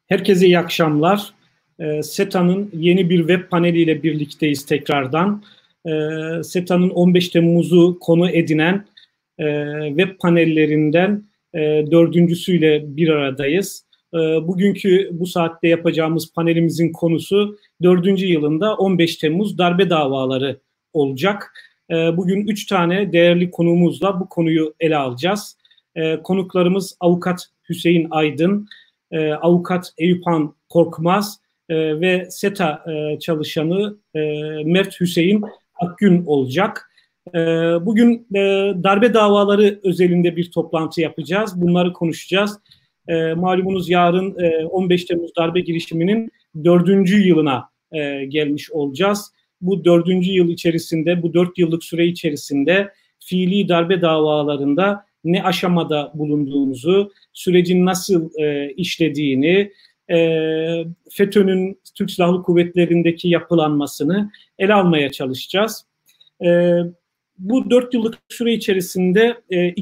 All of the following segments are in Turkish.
Herkese iyi akşamlar. SETA'nın yeni bir web paneliyle birlikteyiz tekrardan. SETA'nın 15 Temmuz'u konu edinen web panellerinden dördüncüsüyle bir aradayız. Bugünkü bu saatte yapacağımız panelimizin konusu 4. yılında 15 Temmuz darbe davaları olacak. Bugün 3 tane değerli konuğumuzla bu konuyu ele alacağız. Konuklarımız Avukat Hüseyin Aydın, Avukat Eyüphan Korkmaz ve SETA çalışanı Mert Hüseyin Akgün olacak. Bugün darbe davaları özelinde bir toplantı yapacağız. Bunları konuşacağız. Malumunuz yarın 15 Temmuz darbe girişiminin 4. yılına gelmiş olacağız. Bu 4. yıl içerisinde, bu 4 yıllık süre içerisinde fiili darbe davalarında ne aşamada bulunduğumuzu, sürecin nasıl işlediğini, FETÖ'nün Türk Silahlı Kuvvetleri'ndeki yapılanmasını ele almaya çalışacağız. Bu 4 yıllık süre içerisinde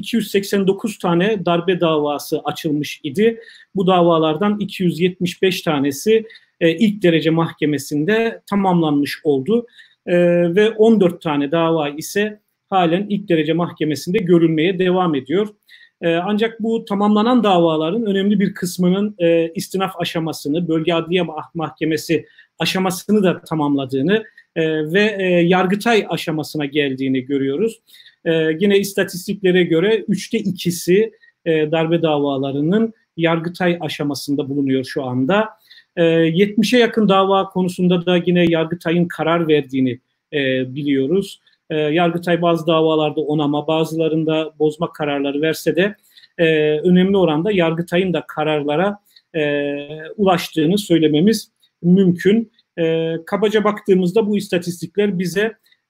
289 tane darbe davası açılmış idi. Bu davalardan 275 tanesi ilk derece mahkemesinde tamamlanmış oldu. Ve 14 tane dava ise halen ilk derece mahkemesinde görülmeye devam ediyor. Ancak bu tamamlanan davaların önemli bir kısmının istinaf aşamasını, Bölge Adliye Mahkemesi aşamasını da tamamladığını ve Yargıtay aşamasına geldiğini görüyoruz. Yine istatistiklere göre 3'te 2'si darbe davalarının Yargıtay aşamasında bulunuyor şu anda. 70'e yakın dava konusunda da yine Yargıtay'ın karar verdiğini biliyoruz. Yargıtay bazı davalarda onama, bazılarında bozma kararları verse de önemli oranda Yargıtay'ın da kararlara ulaştığını söylememiz mümkün. Kabaca baktığımızda bu istatistikler bize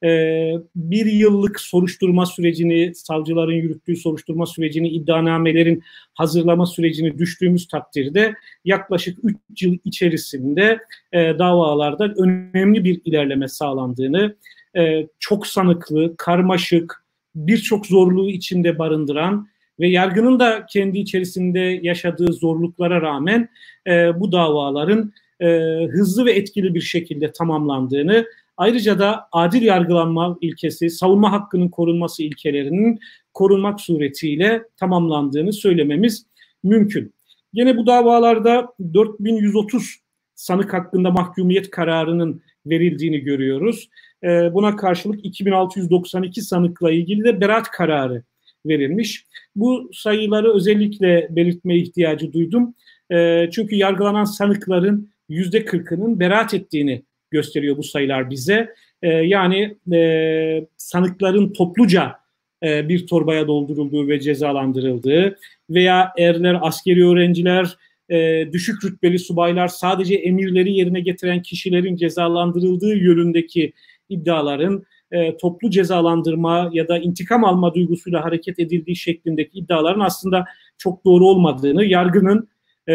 bir yıllık soruşturma sürecini, savcıların yürüttüğü soruşturma sürecini, iddianamelerin hazırlama sürecini düştüğümüz takdirde yaklaşık 3 yıl içerisinde davalarda önemli bir ilerleme sağlandığını, çok sanıklı, karmaşık, birçok zorluğu içinde barındıran ve yargının da kendi içerisinde yaşadığı zorluklara rağmen bu davaların hızlı ve etkili bir şekilde tamamlandığını, ayrıca da adil yargılanma ilkesi, savunma hakkının korunması ilkelerinin korunmak suretiyle tamamlandığını söylememiz mümkün. Yine bu davalarda 4130 sanık hakkında mahkumiyet kararının verildiğini görüyoruz. Buna karşılık 2692 sanıkla ilgili de beraat kararı verilmiş. Bu sayıları özellikle belirtmeye ihtiyacı duydum. Çünkü yargılanan sanıkların %40'ının beraat ettiğini gösteriyor bu sayılar bize. Yani sanıkların topluca bir torbaya doldurulduğu ve cezalandırıldığı veya erler, askeri öğrenciler, düşük rütbeli subaylar, sadece emirleri yerine getiren kişilerin cezalandırıldığı yönündeki iddiaların toplu cezalandırma ya da intikam alma duygusuyla hareket edildiği şeklindeki iddiaların aslında çok doğru olmadığını, yargının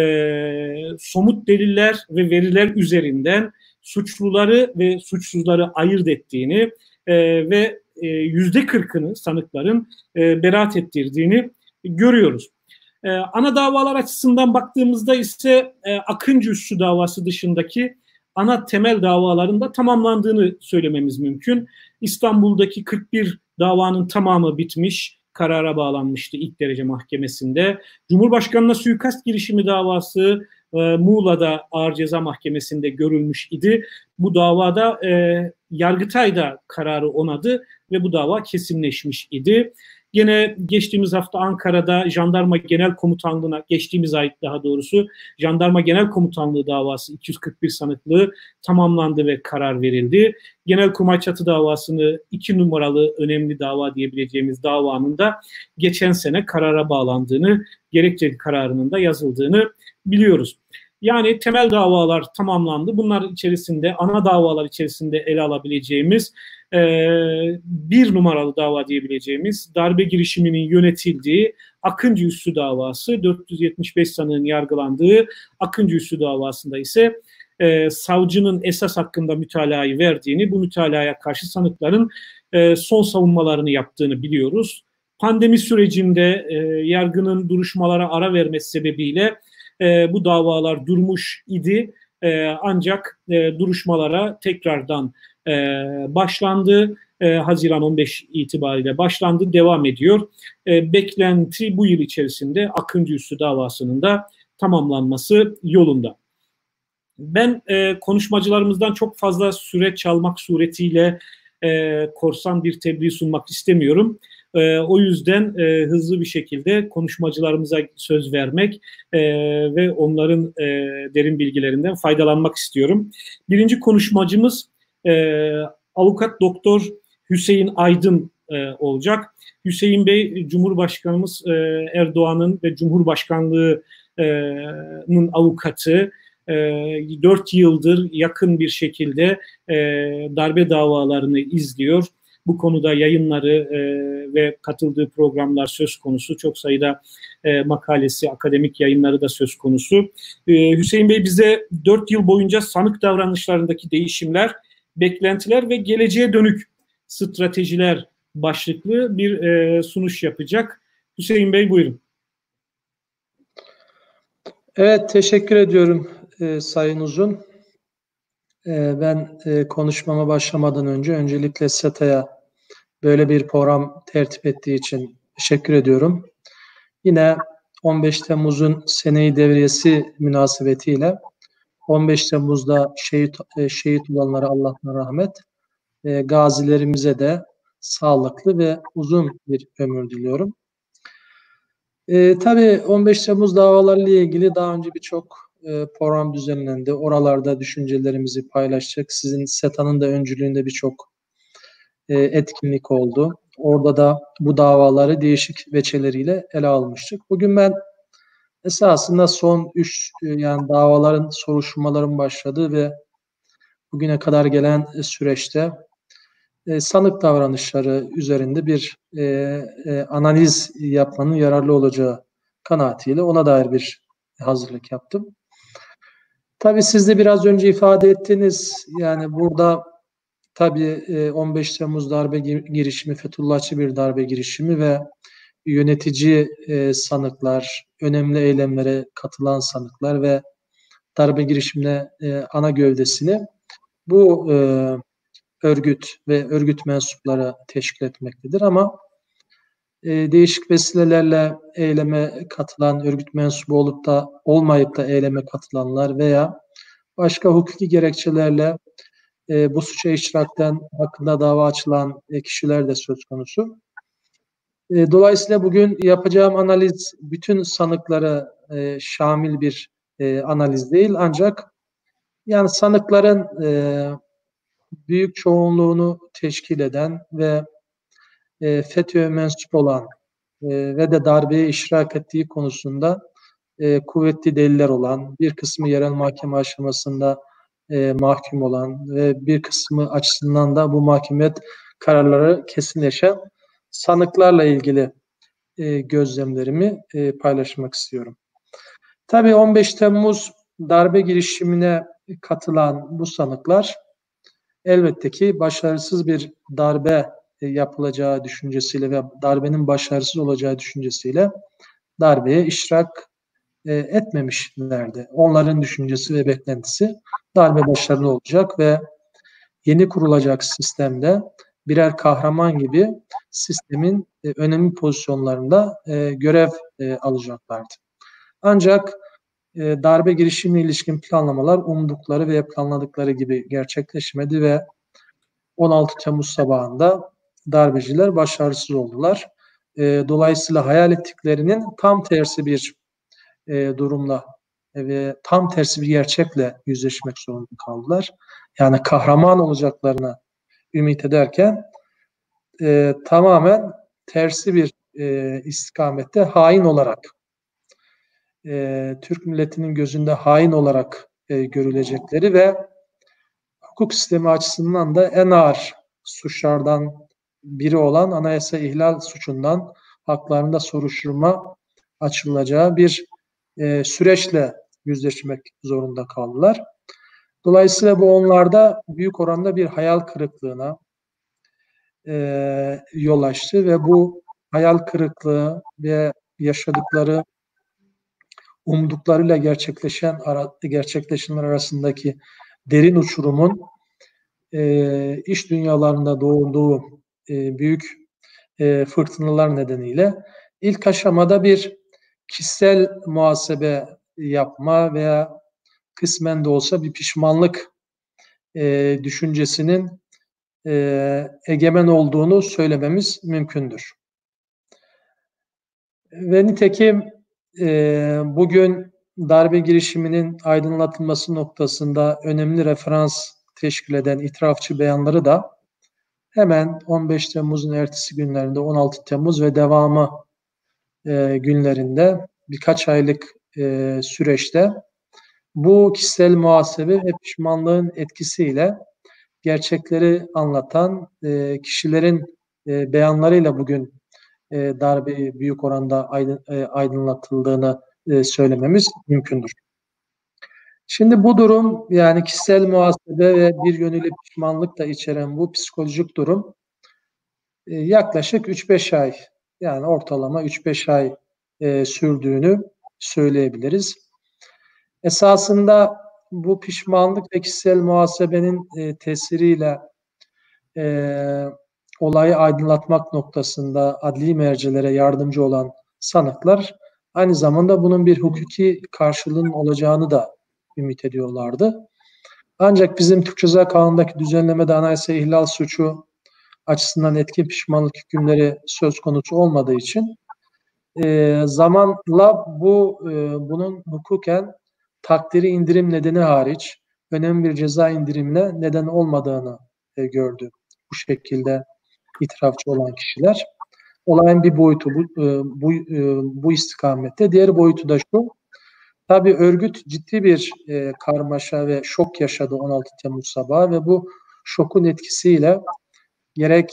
somut deliller ve veriler üzerinden suçluları ve suçsuzları ayırt ettiğini ve %40'ını sanıkların beraat ettirdiğini görüyoruz. Ana davalar açısından baktığımızda ise Akıncı Üssü davası dışındaki ana temel davaların da tamamlandığını söylememiz mümkün. İstanbul'daki 41 davanın tamamı bitmiş, karara bağlanmıştı ilk derece mahkemesinde. Cumhurbaşkanı'na suikast girişimi davası Muğla'da Ağır Ceza Mahkemesi'nde görülmüş idi. Bu davada Yargıtay da kararı onadı ve bu dava kesinleşmiş idi. Gene geçtiğimiz hafta Ankara'da Jandarma Genel Komutanlığı'na, geçtiğimiz ay daha doğrusu Jandarma Genel Komutanlığı davası 241 sanıklığı tamamlandı ve karar verildi. Genelkurmay Çatı davasını 2 numaralı önemli dava diyebileceğimiz davanın da geçen sene karara bağlandığını, gerekçeli kararının da yazıldığını biliyoruz. Yani temel davalar tamamlandı. Bunlar içerisinde, ana davalar içerisinde ele alabileceğimiz bir numaralı dava diyebileceğimiz darbe girişiminin yönetildiği Akıncı Üssü davası, 475 sanığın yargılandığı Akıncı Üssü davasında ise savcının esas hakkında mütalayı verdiğini, bu mütalaya karşı sanıkların son savunmalarını yaptığını biliyoruz. Pandemi sürecinde yargının duruşmalara ara vermesi sebebiyle bu davalar durmuş idi. Ancak duruşmalara tekrardan başlandı. Haziran 15 itibariyle başlandı, devam ediyor. Beklenti bu yıl içerisinde Akıncıüssü davasının da tamamlanması yolunda. Ben konuşmacılarımızdan çok fazla süre çalmak suretiyle korsan bir tebliğ sunmak istemiyorum. O yüzden hızlı bir şekilde konuşmacılarımıza söz vermek ve onların derin bilgilerinden faydalanmak istiyorum. Birinci konuşmacımız Avukat Doktor Hüseyin Aydın olacak. Hüseyin Bey, Cumhurbaşkanımız Erdoğan'ın ve Cumhurbaşkanlığı'nın avukatı. 4 yıldır yakın bir şekilde darbe davalarını izliyor. Bu konuda yayınları ve katıldığı programlar söz konusu. Çok sayıda makalesi, akademik yayınları da söz konusu. Hüseyin Bey bize 4 yıl boyunca sanık davranışlarındaki değişimler, beklentiler ve geleceğe dönük stratejiler başlıklı bir sunuş yapacak. Hüseyin Bey, buyurun. Evet, teşekkür ediyorum Sayın Uzun. Ben konuşmama başlamadan önce öncelikle SETA'ya böyle bir program tertip ettiği için teşekkür ediyorum. Yine 15 Temmuz'un seneyi devriyesi münasebetiyle 15 Temmuz'da şehit olanlara Allah'tan rahmet, gazilerimize de sağlıklı ve uzun bir ömür diliyorum. Tabii 15 Temmuz davalarıyla ilgili daha önce birçok program düzenlendi. Oralarda düşüncelerimizi paylaşacak. Sizin SETA'nın da öncülüğünde birçok etkinlik oldu. Orada da bu davaları değişik veçeleriyle ele almıştık. Bugün ben esasında son 3 yani davaların soruşturmaların başladığı ve bugüne kadar gelen süreçte sanık davranışları üzerinde bir analiz yapmanın yararlı olacağı kanaatiyle ona dair bir hazırlık yaptım. Tabii siz de biraz önce ifade ettiniz. Yani burada tabii 15 Temmuz darbe girişimi, Fethullahçı bir darbe girişimi ve yönetici sanıklar, önemli eylemlere katılan sanıklar ve darbe girişimine ana gövdesini bu örgüt ve örgüt mensupları teşkil etmektedir. Ama değişik vesilelerle eyleme katılan, örgüt mensubu olup da olmayıp da eyleme katılanlar veya başka hukuki gerekçelerle bu suça iştirakten hakkında dava açılan kişiler de söz konusu. Dolayısıyla bugün yapacağım analiz bütün sanıklara şamil bir analiz değil, ancak yani sanıkların büyük çoğunluğunu teşkil eden ve FETÖ'ye mensup olan ve de darbeye iştirak ettiği konusunda kuvvetli deliller olan, bir kısmı yerel mahkeme aşamasında mahkum olan ve bir kısmı açısından da bu mahkumiyet kararları kesinleşen sanıklarla ilgili gözlemlerimi paylaşmak istiyorum. Tabii 15 Temmuz darbe girişimine katılan bu sanıklar elbette ki başarısız bir darbe yapılacağı düşüncesiyle ve darbenin başarısız olacağı düşüncesiyle darbeye iştirak etmemişlerdi. Onların düşüncesi ve beklentisi darbe başarılı olacak ve yeni kurulacak sistemde birer kahraman gibi sistemin önemli pozisyonlarında görev alacaklardı. Ancak darbe girişimine ilişkin planlamalar umdukları ve planladıkları gibi gerçekleşmedi ve 16 Temmuz sabahında darbeciler başarısız oldular. Dolayısıyla hayal ettiklerinin tam tersi bir durumla ve tam tersi bir gerçekle yüzleşmek zorunda kaldılar. Yani kahraman olacaklarına ümit ederken tamamen tersi bir istikamette hain olarak, Türk milletinin gözünde hain olarak görülecekleri ve hukuk sistemi açısından da en ağır suçlardan biri olan anayasa ihlal suçundan haklarında soruşturma açılacağı bir süreçle yüzleşmek zorunda kaldılar. Dolayısıyla bu onlarda büyük oranda bir hayal kırıklığına yol açtı ve bu hayal kırıklığı ve yaşadıkları umduklarıyla gerçekleşenler arasındaki derin uçurumun iş dünyalarında doğurduğu büyük fırtınalar nedeniyle ilk aşamada bir kişisel muhasebe yapma veya kısmen de olsa bir pişmanlık düşüncesinin egemen olduğunu söylememiz mümkündür. Ve nitekim bugün darbe girişiminin aydınlatılması noktasında önemli referans teşkil eden itirafçı beyanları da hemen 15 Temmuz'un ertesi günlerinde 16 Temmuz ve devamı günlerinde birkaç aylık süreçte bu kişisel muhasebe ve pişmanlığın etkisiyle gerçekleri anlatan kişilerin beyanlarıyla bugün darbeyi büyük oranda aydınlatıldığını söylememiz mümkündür. Şimdi bu durum, yani kişisel muhasebe ve bir yönüyle pişmanlık da içeren bu psikolojik durum yaklaşık 3-5 ay, yani ortalama 3-5 ay sürdüğünü söyleyebiliriz. Esasında bu pişmanlık ve kişisel muhasebenin tesiriyle olayı aydınlatmak noktasında adli mercilere yardımcı olan sanıklar aynı zamanda bunun bir hukuki karşılığının olacağını da ümit ediyorlardı. Ancak bizim Türk Ceza Kanunu'ndaki düzenlemede anayasa ihlal suçu açısından etkin pişmanlık hükümleri söz konusu olmadığı için zamanla bunun hukuken takdiri indirim nedeni hariç önemli bir ceza indirimine neden olmadığını gördü bu şekilde itirafçı olan kişiler. Olayın bir boyutu bu istikamette. Diğer boyutu da şu. Tabii örgüt ciddi bir karmaşa ve şok yaşadı 16 Temmuz sabahı ve bu şokun etkisiyle gerek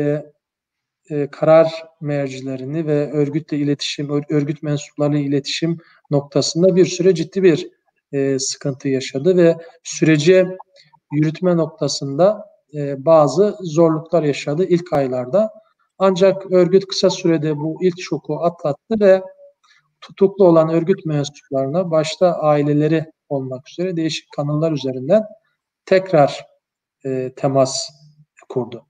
karar mercilerini ve örgütle iletişim, örgüt mensuplarıyla iletişim noktasında bir süre ciddi bir sıkıntı yaşadı ve süreci yürütme noktasında bazı zorluklar yaşadı ilk aylarda. Ancak örgüt kısa sürede bu ilk şoku atlattı ve tutuklu olan örgüt mensuplarına, başta aileleri olmak üzere değişik kanallar üzerinden tekrar temas kurdu.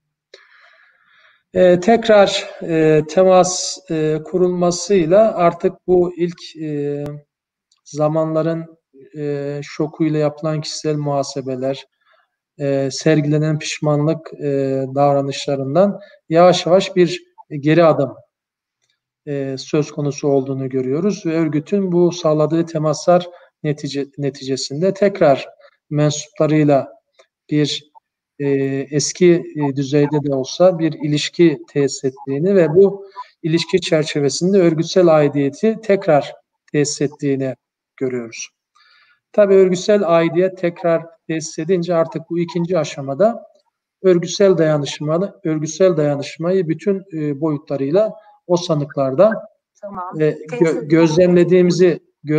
Tekrar temas kurulmasıyla artık bu ilk zamanların şokuyla yapılan kişisel muhasebeler, sergilenen pişmanlık davranışlarından yavaş yavaş bir geri adım söz konusu olduğunu görüyoruz ve örgütün bu sağladığı temaslar neticesinde tekrar mensuplarıyla bir eski düzeyde de olsa bir ilişki tesis ettiğini ve bu ilişki çerçevesinde örgütsel aidiyeti tekrar tesis ettiğini görüyoruz. Tabii örgütsel aidiyet tekrar tesis edince artık bu ikinci aşamada örgütsel dayanışmayı bütün boyutlarıyla o sanıklarda gözlemlediğimizi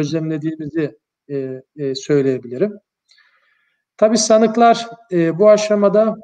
söyleyebilirim. Tabii sanıklar bu aşamada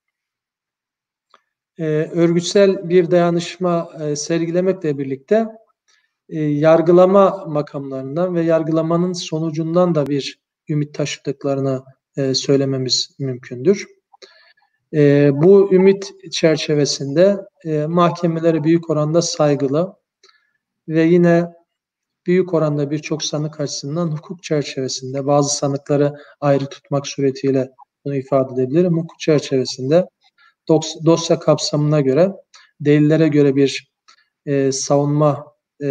örgütsel bir dayanışma sergilemekle birlikte yargılama makamlarından ve yargılamanın sonucundan da bir ümit taşıdıklarını söylememiz mümkündür. Bu ümit çerçevesinde mahkemelere büyük oranda saygılı ve yine büyük oranda birçok sanık açısından hukuk çerçevesinde, bazı sanıkları ayrı tutmak suretiyle bunu ifade edebilirim. Hukuk çerçevesinde dosya kapsamına göre, delillere göre bir savunma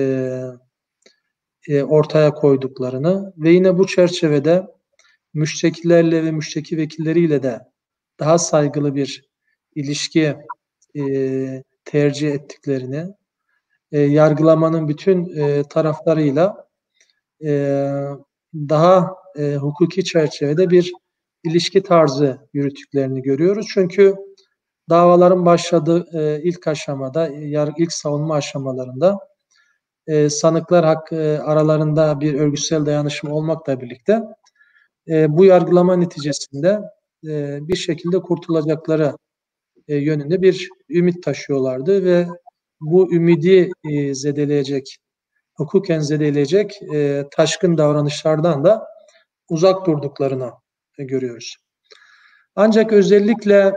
ortaya koyduklarını ve yine bu çerçevede müştekilerle ve müşteki vekilleriyle de daha saygılı bir ilişki tercih ettiklerini, yargılamanın bütün taraflarıyla daha hukuki çerçevede bir ilişki tarzı yürüttüklerini görüyoruz. Çünkü davaların başladığı ilk aşamada, ilk savunma aşamalarında sanıklar aralarında bir örgütsel dayanışma olmakla birlikte bu yargılama neticesinde bir şekilde kurtulacakları yönünde bir ümit taşıyorlardı ve bu ümidi zedeleyecek hukuken zedeleyecek taşkın davranışlardan da uzak durduklarını görüyoruz. Ancak özellikle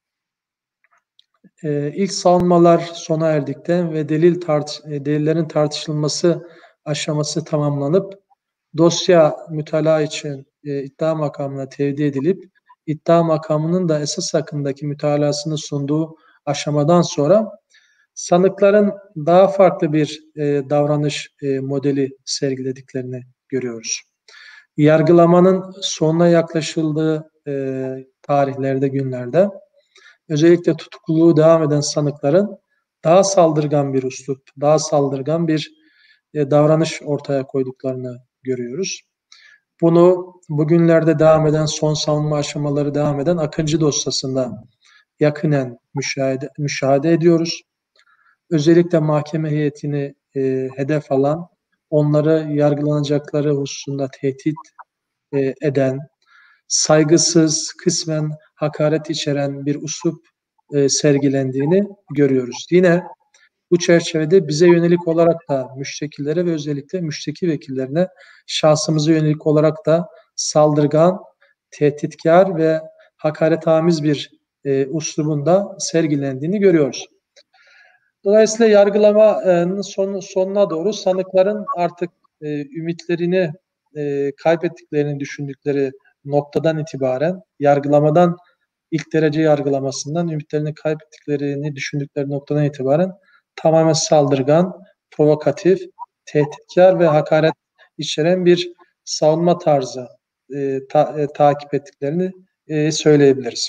ilk savunmalar sona erdikten ve delillerin tartışılması aşaması tamamlanıp dosya mütalaa için iddia makamına tevdi edilip iddia makamının da esas hakkındaki mütalasını sunduğu aşamadan sonra sanıkların daha farklı bir davranış modeli sergilediklerini görüyoruz. Yargılamanın sonuna yaklaşıldığı tarihlerde, günlerde özellikle tutukluluğu devam eden sanıkların daha saldırgan bir üslup, daha saldırgan bir davranış ortaya koyduklarını görüyoruz. Bunu bugünlerde devam eden, son savunma aşamaları devam eden Akıncı dosyasında yakinen müşahede ediyoruz. Özellikle mahkeme heyetini hedef alan, onları yargılanacakları hususunda tehdit eden, saygısız, kısmen hakaret içeren bir üslup sergilendiğini görüyoruz. Yine bu çerçevede bize yönelik olarak da müştekillere ve özellikle müşteki vekillerine şahsımıza yönelik olarak da saldırgan, tehditkar ve hakaretamiz bir üslubun da sergilendiğini görüyoruz. Dolayısıyla yargılamanın sonuna doğru sanıkların artık ümitlerini kaybettiklerini düşündükleri noktadan itibaren, yargılamadan, ilk derece yargılamasından ümitlerini kaybettiklerini düşündükleri noktadan itibaren tamamen saldırgan, provokatif, tehditkar ve hakaret içeren bir savunma tarzı takip ettiklerini söyleyebiliriz.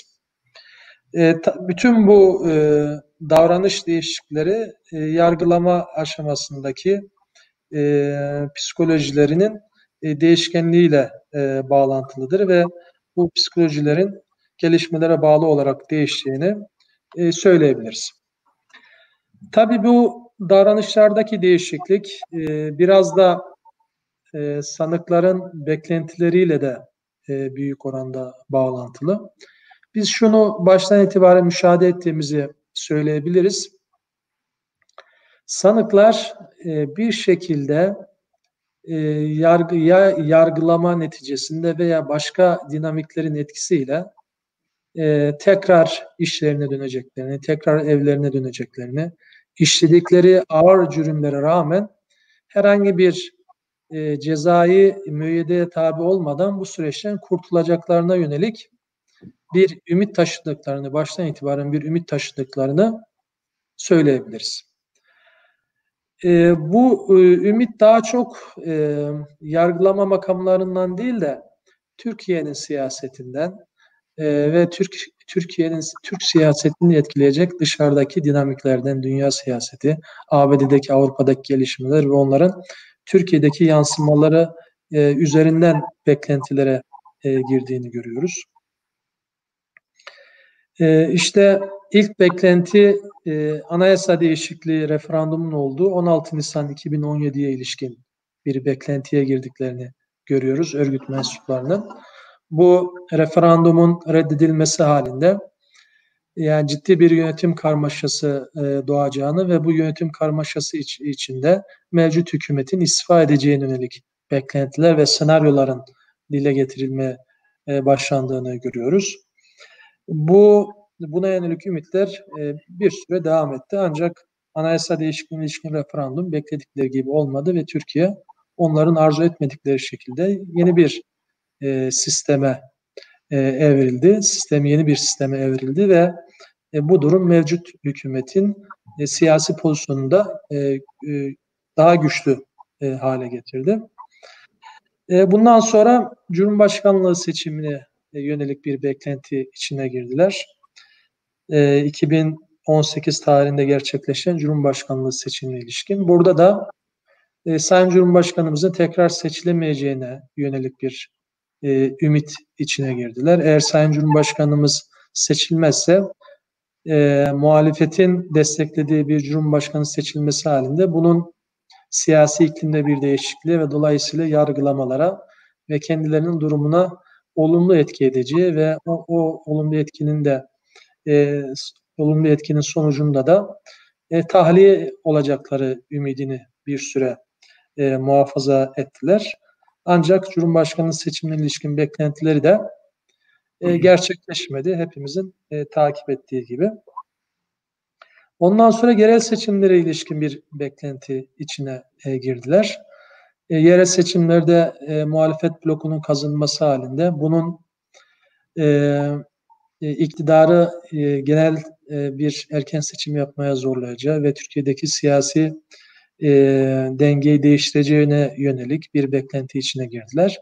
Bütün bu davranış değişiklikleri yargılama aşamasındaki psikolojilerinin değişkenliğiyle bağlantılıdır ve bu psikolojilerin gelişmelere bağlı olarak değiştiğini söyleyebiliriz. Tabii bu davranışlardaki değişiklik biraz da sanıkların beklentileriyle de büyük oranda bağlantılı. Biz şunu baştan itibaren müşahede ettiğimizi söyleyebiliriz. Sanıklar bir şekilde yargılama neticesinde veya başka dinamiklerin etkisiyle tekrar işlerine döneceklerini, tekrar evlerine döneceklerini, işledikleri ağır cürümlere rağmen herhangi bir cezai müeyyideye tabi olmadan bu süreçten kurtulacaklarına yönelik bir ümit taşıdıklarını, baştan itibaren bir ümit taşıdıklarını söyleyebiliriz. Bu ümit daha çok yargılama makamlarından değil de Türkiye'nin siyasetinden ve Türk siyasetini etkileyecek dışarıdaki dinamiklerden, dünya siyaseti, ABD'deki, Avrupa'daki gelişmeler ve onların Türkiye'deki yansımaları üzerinden beklentilere girdiğini görüyoruz. İşte ilk beklenti anayasa değişikliği referandumun olduğu 16 Nisan 2017'ye ilişkin bir beklentiye girdiklerini görüyoruz örgüt mensuplarının. Bu referandumun reddedilmesi halinde yani ciddi bir yönetim karmaşası doğacağını ve bu yönetim karmaşası içinde mevcut hükümetin istifa edeceğine yönelik beklentiler ve senaryoların dile getirilmeye başlandığını görüyoruz. Buna yönelik ümitler bir süre devam etti. Ancak anayasa değişikliğine ilişkin referandum bekledikleri gibi olmadı ve Türkiye onların arzu etmedikleri şekilde yeni bir sisteme evrildi. Yeni bir sisteme evrildi ve bu durum mevcut hükümetin siyasi pozisyonunda daha güçlü hale getirdi. Bundan sonra Cumhurbaşkanlığı seçimine yönelik bir beklenti içine girdiler. 2018 tarihinde gerçekleşen Cumhurbaşkanlığı seçimine ilişkin. Burada da Sayın Cumhurbaşkanımızın tekrar seçilemeyeceğine yönelik bir ümit içine girdiler. Eğer Sayın Cumhurbaşkanımız seçilmezse muhalefetin desteklediği bir Cumhurbaşkanı seçilmesi halinde bunun siyasi iklimde bir değişikliğe ve dolayısıyla yargılamalara ve kendilerinin durumuna olumlu etki edeceği ve o olumlu etkinin sonucunda da tahliye olacakları ümidini bir süre muhafaza ettiler. Ancak Cumhurbaşkanlığı seçimine ilişkin beklentileri de gerçekleşmedi. Hepimizin takip ettiği gibi. Ondan sonra yerel seçimlere ilişkin bir beklenti içine girdiler. Yerel seçimlerde muhalefet blokunun kazanması halinde bunun iktidarı genel bir erken seçim yapmaya zorlayacağı ve Türkiye'deki siyasi dengeyi değiştireceğine yönelik bir beklenti içine girdiler.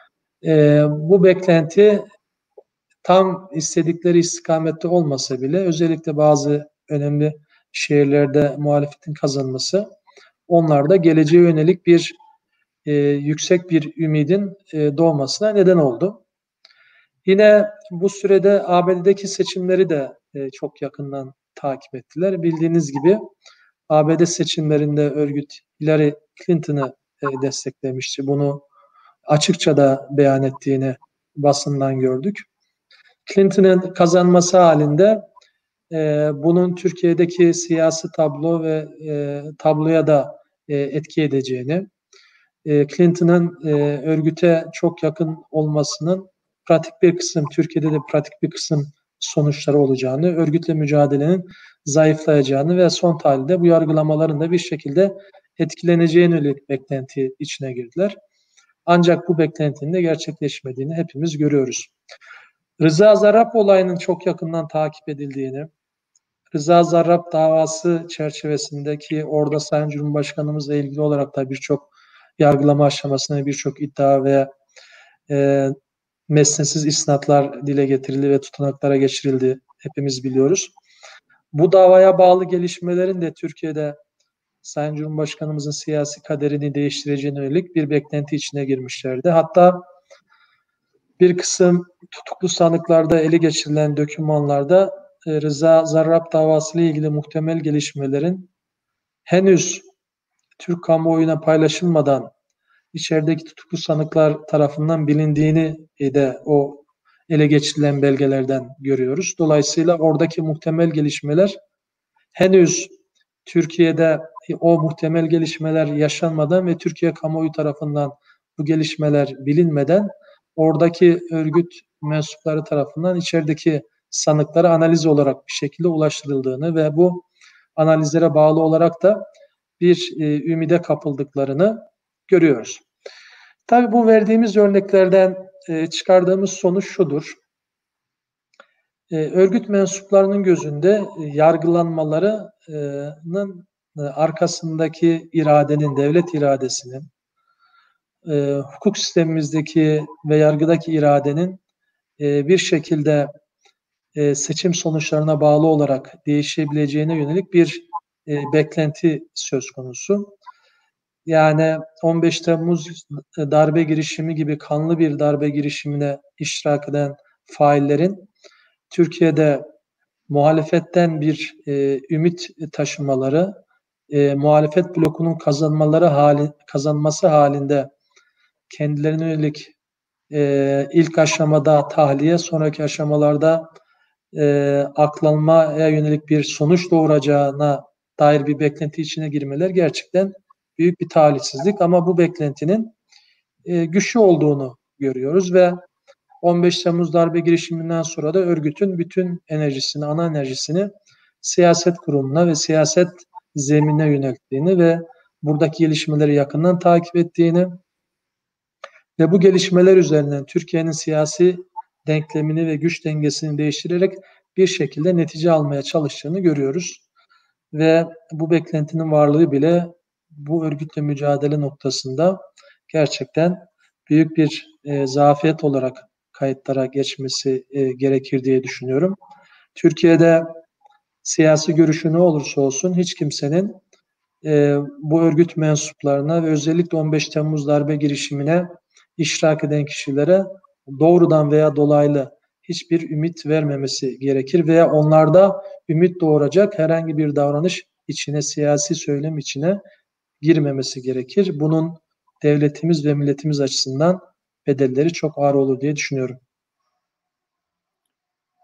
Bu beklenti tam istedikleri istikamette olmasa bile özellikle bazı önemli şehirlerde muhalefetin kazanması onlarda geleceğe yönelik bir yüksek bir ümidin doğmasına neden oldu. Yine bu sürede ABD'deki seçimleri de çok yakından takip ettiler. Bildiğiniz gibi ABD seçimlerinde örgüt Hillary Clinton'ı desteklemişti. Bunu açıkça da beyan ettiğini basından gördük. Clinton'ın kazanması halinde bunun Türkiye'deki siyasi tablo ve tabloya da etki edeceğini, Clinton'ın örgüte çok yakın olmasının pratik bir kısım, Türkiye'de de pratik bir kısım sonuçları olacağını, örgütle mücadelenin zayıflayacağını ve son tahlilde bu yargılamaların da bir şekilde etkileneceğine yönelik beklenti içine girdiler. Ancak bu beklentinin de gerçekleşmediğini hepimiz görüyoruz. Rıza Zarrab olayının çok yakından takip edildiğini, Rıza Zarrab davası çerçevesindeki orada Sayın Cumhurbaşkanımızla ilgili olarak da birçok yargılama aşamasında birçok iddia ve mesnetsiz isnatlar dile getirildi ve tutanaklara geçirildi. Hepimiz biliyoruz. Bu davaya bağlı gelişmelerin de Türkiye'de Sayın Cumhurbaşkanımızın siyasi kaderini değiştireceğine yönelik bir beklenti içine girmişlerdi. Hatta bir kısım tutuklu sanıklarda ele geçirilen dokümanlarda Rıza Zarrab davası ile ilgili muhtemel gelişmelerin henüz Türk kamuoyuna paylaşılmadan içerideki tutuklu sanıklar tarafından bilindiğini de o ele geçirilen belgelerden görüyoruz. Dolayısıyla oradaki muhtemel gelişmeler henüz Türkiye'de o muhtemel gelişmeler yaşanmadan ve Türkiye kamuoyu tarafından bu gelişmeler bilinmeden oradaki örgüt mensupları tarafından içerideki sanıklara analiz olarak bir şekilde ulaştırıldığını ve bu analizlere bağlı olarak da bir ümide kapıldıklarını görüyoruz. Tabii bu verdiğimiz örneklerden çıkardığımız sonuç şudur. Örgüt mensuplarının gözünde yargılanmalarının arkasındaki iradenin, devlet iradesinin, hukuk sistemimizdeki ve yargıdaki iradenin bir şekilde seçim sonuçlarına bağlı olarak değişebileceğine yönelik bir beklenti söz konusu. Yani 15 Temmuz darbe girişimi gibi kanlı bir darbe girişimine iştirak eden faillerin Türkiye'de muhalefetten bir ümit taşımaları, muhalefet blokunun kazanması halinde kendilerine yönelik ilk aşamada tahliye, sonraki aşamalarda aklanmaya yönelik bir sonuç doğuracağına dair bir beklenti içine girmeler gerçekten büyük bir talihsizlik. Ama bu beklentinin güçlü olduğunu görüyoruz ve 15 Temmuz darbe girişiminden sonra da örgütün bütün enerjisini, ana enerjisini siyaset kurumuna ve siyaset zeminine yönelttiğini ve buradaki gelişmeleri yakından takip ettiğini ve bu gelişmeler üzerinden Türkiye'nin siyasi denklemini ve güç dengesini değiştirerek bir şekilde netice almaya çalıştığını görüyoruz. Ve bu beklentinin varlığı bile bu örgütle mücadele noktasında gerçekten büyük bir zafiyet olarak kayıtlara geçmesi gerekir diye düşünüyorum. Türkiye'de siyasi görüşü ne olursa olsun hiç kimsenin bu örgüt mensuplarına ve özellikle 15 Temmuz darbe girişimine iştirak eden kişilere doğrudan veya dolaylı hiçbir ümit vermemesi gerekir veya onlarda ümit doğuracak herhangi bir davranış içine, siyasi söylem içine girmemesi gerekir. Bunun devletimiz ve milletimiz açısından bedelleri çok ağır olur diye düşünüyorum.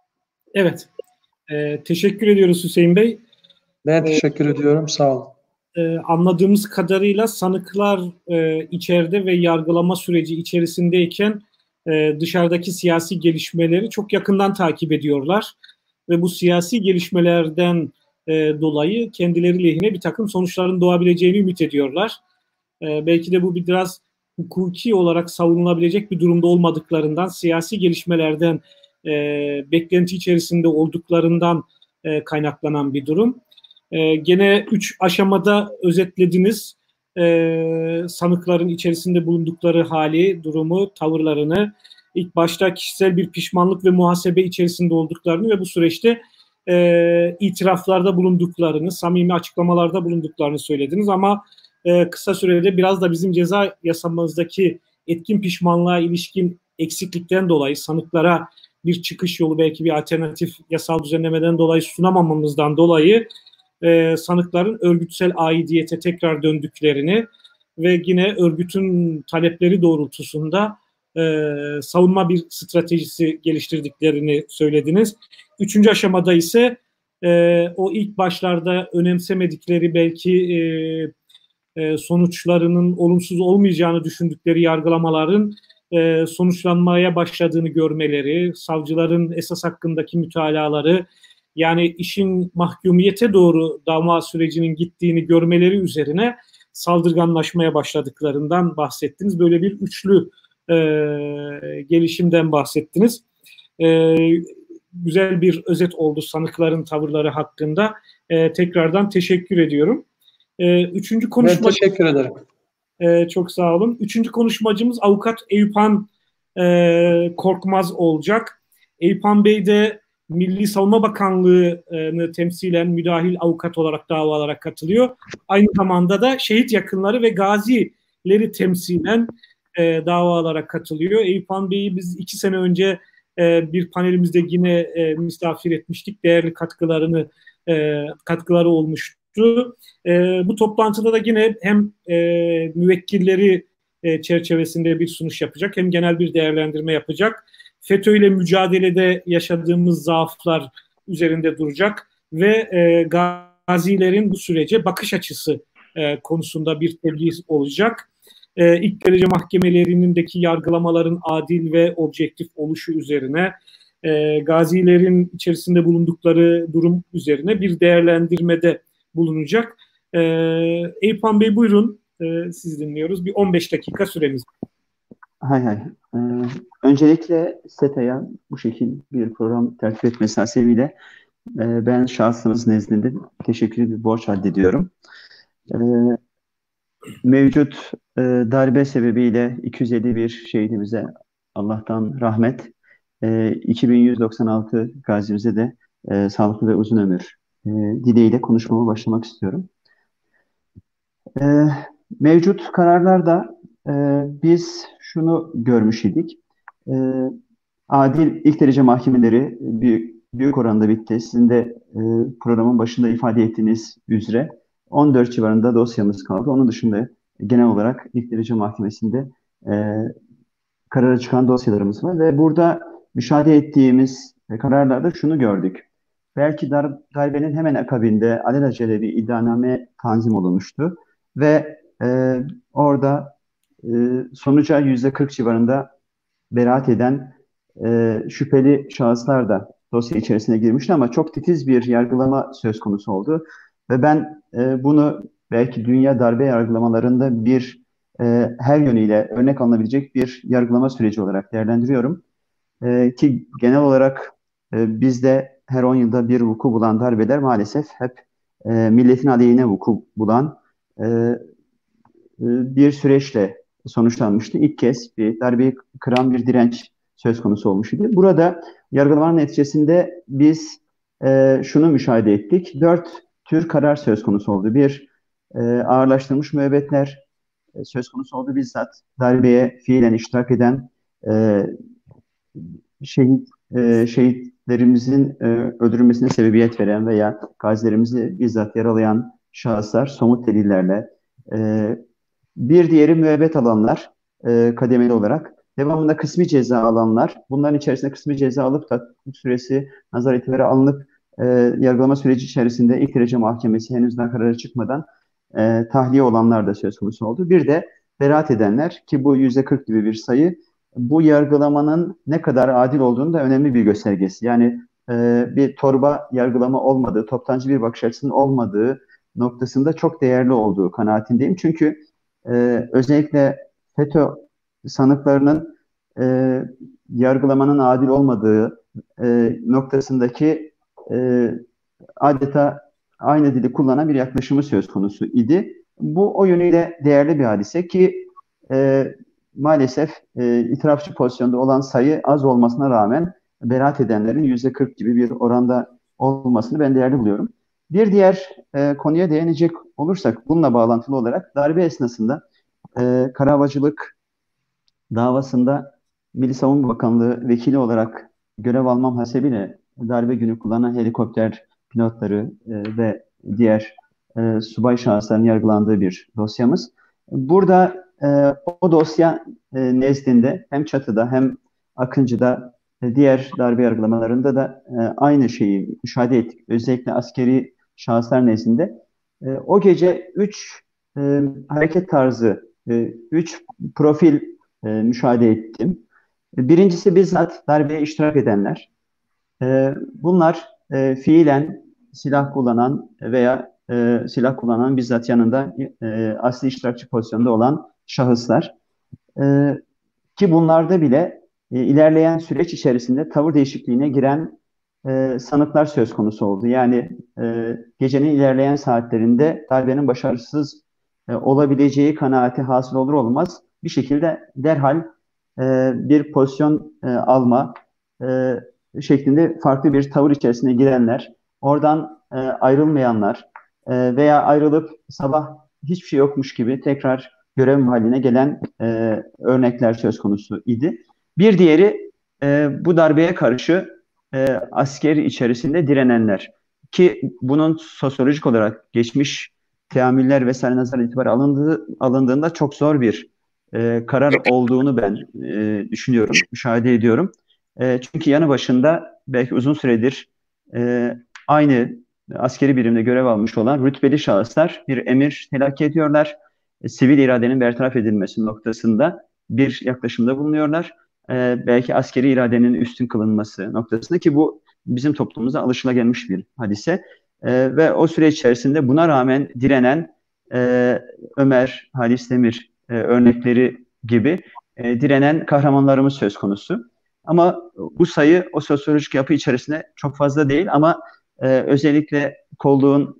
Evet. Teşekkür ediyoruz Hüseyin Bey. Ben teşekkür ediyorum. Sağ olun. anladığımız kadarıyla sanıklar içeride ve yargılama süreci içerisindeyken dışarıdaki siyasi gelişmeleri çok yakından takip ediyorlar ve bu siyasi gelişmelerden dolayı kendileri lehine bir takım sonuçların doğabileceğini ümit ediyorlar. Belki de bu biraz hukuki olarak savunulabilecek bir durumda olmadıklarından, siyasi gelişmelerden beklenti içerisinde olduklarından kaynaklanan bir durum. Gene 3 aşamada özetlediniz sanıkların içerisinde bulundukları hali, durumu, tavırlarını. İlk başta kişisel bir pişmanlık ve muhasebe içerisinde olduklarını ve bu süreçte itiraflarda bulunduklarını, samimi açıklamalarda bulunduklarını söylediniz ama kısa sürede biraz da bizim ceza yasamızdaki etkin pişmanlığa ilişkin eksiklikten dolayı sanıklara bir çıkış yolu, belki bir alternatif yasal düzenlemeden dolayı sunamamamızdan dolayı sanıkların örgütsel aidiyete tekrar döndüklerini ve yine örgütün talepleri doğrultusunda savunma bir stratejisi geliştirdiklerini söylediniz. 3. aşamada ise o ilk başlarda önemsemedikleri, belki sonuçlarının olumsuz olmayacağını düşündükleri yargılamaların sonuçlanmaya başladığını görmeleri, savcıların esas hakkındaki mütalaları, yani işin mahkumiyete doğru dava sürecinin gittiğini görmeleri üzerine saldırganlaşmaya başladıklarından bahsettiniz. Böyle bir üçlü gelişimden bahsettiniz. Güzel bir özet oldu sanıkların tavırları hakkında. Tekrardan teşekkür ediyorum. Üçüncü konuşma... Ben teşekkür ederim. Çok sağ olun. Üçüncü konuşmacımız avukat Eyüphan Korkmaz olacak. Eyüphan Bey de Milli Savunma Bakanlığı'nı temsilen müdahil avukat olarak davalara katılıyor. Aynı zamanda da şehit yakınları ve gazileri temsilen davalara katılıyor. Eyüphan Bey'i biz 2 sene önce bir panelimizde yine misafir etmiştik. Değerli katkıları olmuştu. Bu toplantıda da yine hem müvekkilleri çerçevesinde bir sunuş yapacak, hem genel bir değerlendirme yapacak. FETÖ ile mücadelede yaşadığımız zaaflar üzerinde duracak ve gazilerin bu sürece bakış açısı konusunda bir tebliğ olacak. İlk derece mahkemelerindeki yargılamaların adil ve objektif oluşu üzerine, gazilerin içerisinde bulundukları durum üzerine bir değerlendirmede bulunacak. Eyüphan Bey buyurun, siz dinliyoruz. Bir 15 dakika süremiz. Hay hay. Öncelikle SETA'ya bu şekilde bir program tertip etmesi hasebiyle ben şahsınız nezdinde teşekkür bir borç addediyorum. Mevcut darbe sebebiyle 251 şehidimize Allah'tan rahmet, 2196 gazimize de sağlıklı ve uzun ömür dileğiyle konuşmama başlamak istiyorum. Mevcut kararlarda biz şunu görmüş idik. Adil ilk derece mahkemeleri büyük oranda bitti. Sizin de programın başında ifade ettiğiniz üzere 14 civarında dosyamız kaldı. Onun dışında genel olarak ilk derece mahkemesinde karara çıkan dosyalarımız var ve burada müşahede ettiğimiz kararlarda şunu gördük. Belki darbenin hemen akabinde alelacele bir iddianame tanzim olunmuştu ve orada sonuca %40 civarında beraat eden şüpheli şahıslar da dosya içerisine girmişti ama çok titiz bir yargılama söz konusu oldu. Ve ben bunu belki dünya darbe yargılamalarında bir her yönüyle örnek alınabilecek bir yargılama süreci olarak değerlendiriyorum. Ki genel olarak bizde her 10 yılda bir vuku bulan darbeler maalesef hep milletin aleyhine vuku bulan bir süreçle sonuçlanmıştı. İlk kez bir darbeyi kıran bir direnç söz konusu olmuştu. Burada yargılamanın neticesinde biz şunu müşahede ettik. 4 tür karar söz konusu oldu. Bir, ağırlaştırılmış müebbetler söz konusu oldu. Bizzat darbeye fiilen iştirak eden şehitlerimizin öldürülmesine sebebiyet veren veya gazilerimizi bizzat yaralayan şahıslar somut delillerle, bir diğeri müebbet alanlar kademeli olarak, devamında kısmi ceza alanlar, bunların içerisinde kısmi ceza alıp da süresi nazar itibariyle alınıp yargılama süreci içerisinde ilk derece mahkemesi henüz daha karara çıkmadan tahliye olanlar da söz konusu oldu. Bir de beraat edenler ki bu %40 gibi bir sayı. Bu yargılamanın ne kadar adil olduğunu da önemli bir göstergesi. Yani bir torba yargılama olmadığı, toptancı bir bakış açısının olmadığı noktasında çok değerli olduğu kanaatindeyim. Çünkü özellikle FETÖ sanıklarının yargılamanın adil olmadığı noktasındaki adeta aynı dili kullanan bir yaklaşımı söz konusu idi. Bu o yönüyle değerli bir hadise ki maalesef itirafçı pozisyonda olan sayı az olmasına rağmen beraat edenlerin %40 gibi bir oranda olmasını ben değerli buluyorum. Bir diğer konuya değinecek olursak bununla bağlantılı olarak darbe esnasında kara havacılık davasında Milli Savunma Bakanlığı vekili olarak görev almam hasebiyle darbe günü kullanan helikopter pilotları ve diğer subay şahısların yargılandığı bir dosyamız. Burada o dosya nezdinde hem Çatı'da hem Akıncı'da diğer darbe yargılamalarında da aynı şeyi müşahede ettik. Özellikle askeri şahıslar nezdinde. O gece 3 hareket tarzı, 3 profil müşahede ettim. Birincisi bizzat darbeye iştirak edenler. Bunlar fiilen silah kullanan veya silah kullanan bizzat yanında asli iştirakçı pozisyonda olan şahıslar. Ki bunlarda bile ilerleyen süreç içerisinde tavır değişikliğine giren sanıklar söz konusu oldu. Yani gecenin ilerleyen saatlerinde darbenin başarısız olabileceği kanaati hasıl olur olmaz bir şekilde derhal bir pozisyon alma şeklinde farklı bir tavır içerisine girenler, oradan ayrılmayanlar veya ayrılıp sabah hiçbir şey yokmuş gibi tekrar görev mahalline gelen örnekler söz konusu idi. Bir diğeri bu darbeye karşı asker içerisinde direnenler ki bunun sosyolojik olarak geçmiş teamüller vesaire nazar itibarı alındığında çok zor bir karar olduğunu ben düşünüyorum, müşahede ediyorum. Çünkü yanı başında belki uzun süredir aynı askeri birimde görev almış olan rütbeli şahıslar bir emir telakki ediyorlar. Sivil iradenin bertaraf edilmesi noktasında bir yaklaşımda bulunuyorlar. Belki askeri iradenin üstün kılınması noktasında ki bu bizim toplumumuza alışılagelmiş bir hadise. Ve o süreç içerisinde buna rağmen direnen Ömer, Halis Demir örnekleri gibi direnen kahramanlarımız söz konusu. Ama bu sayı o sosyolojik yapı içerisinde çok fazla değil ama özellikle kolluğun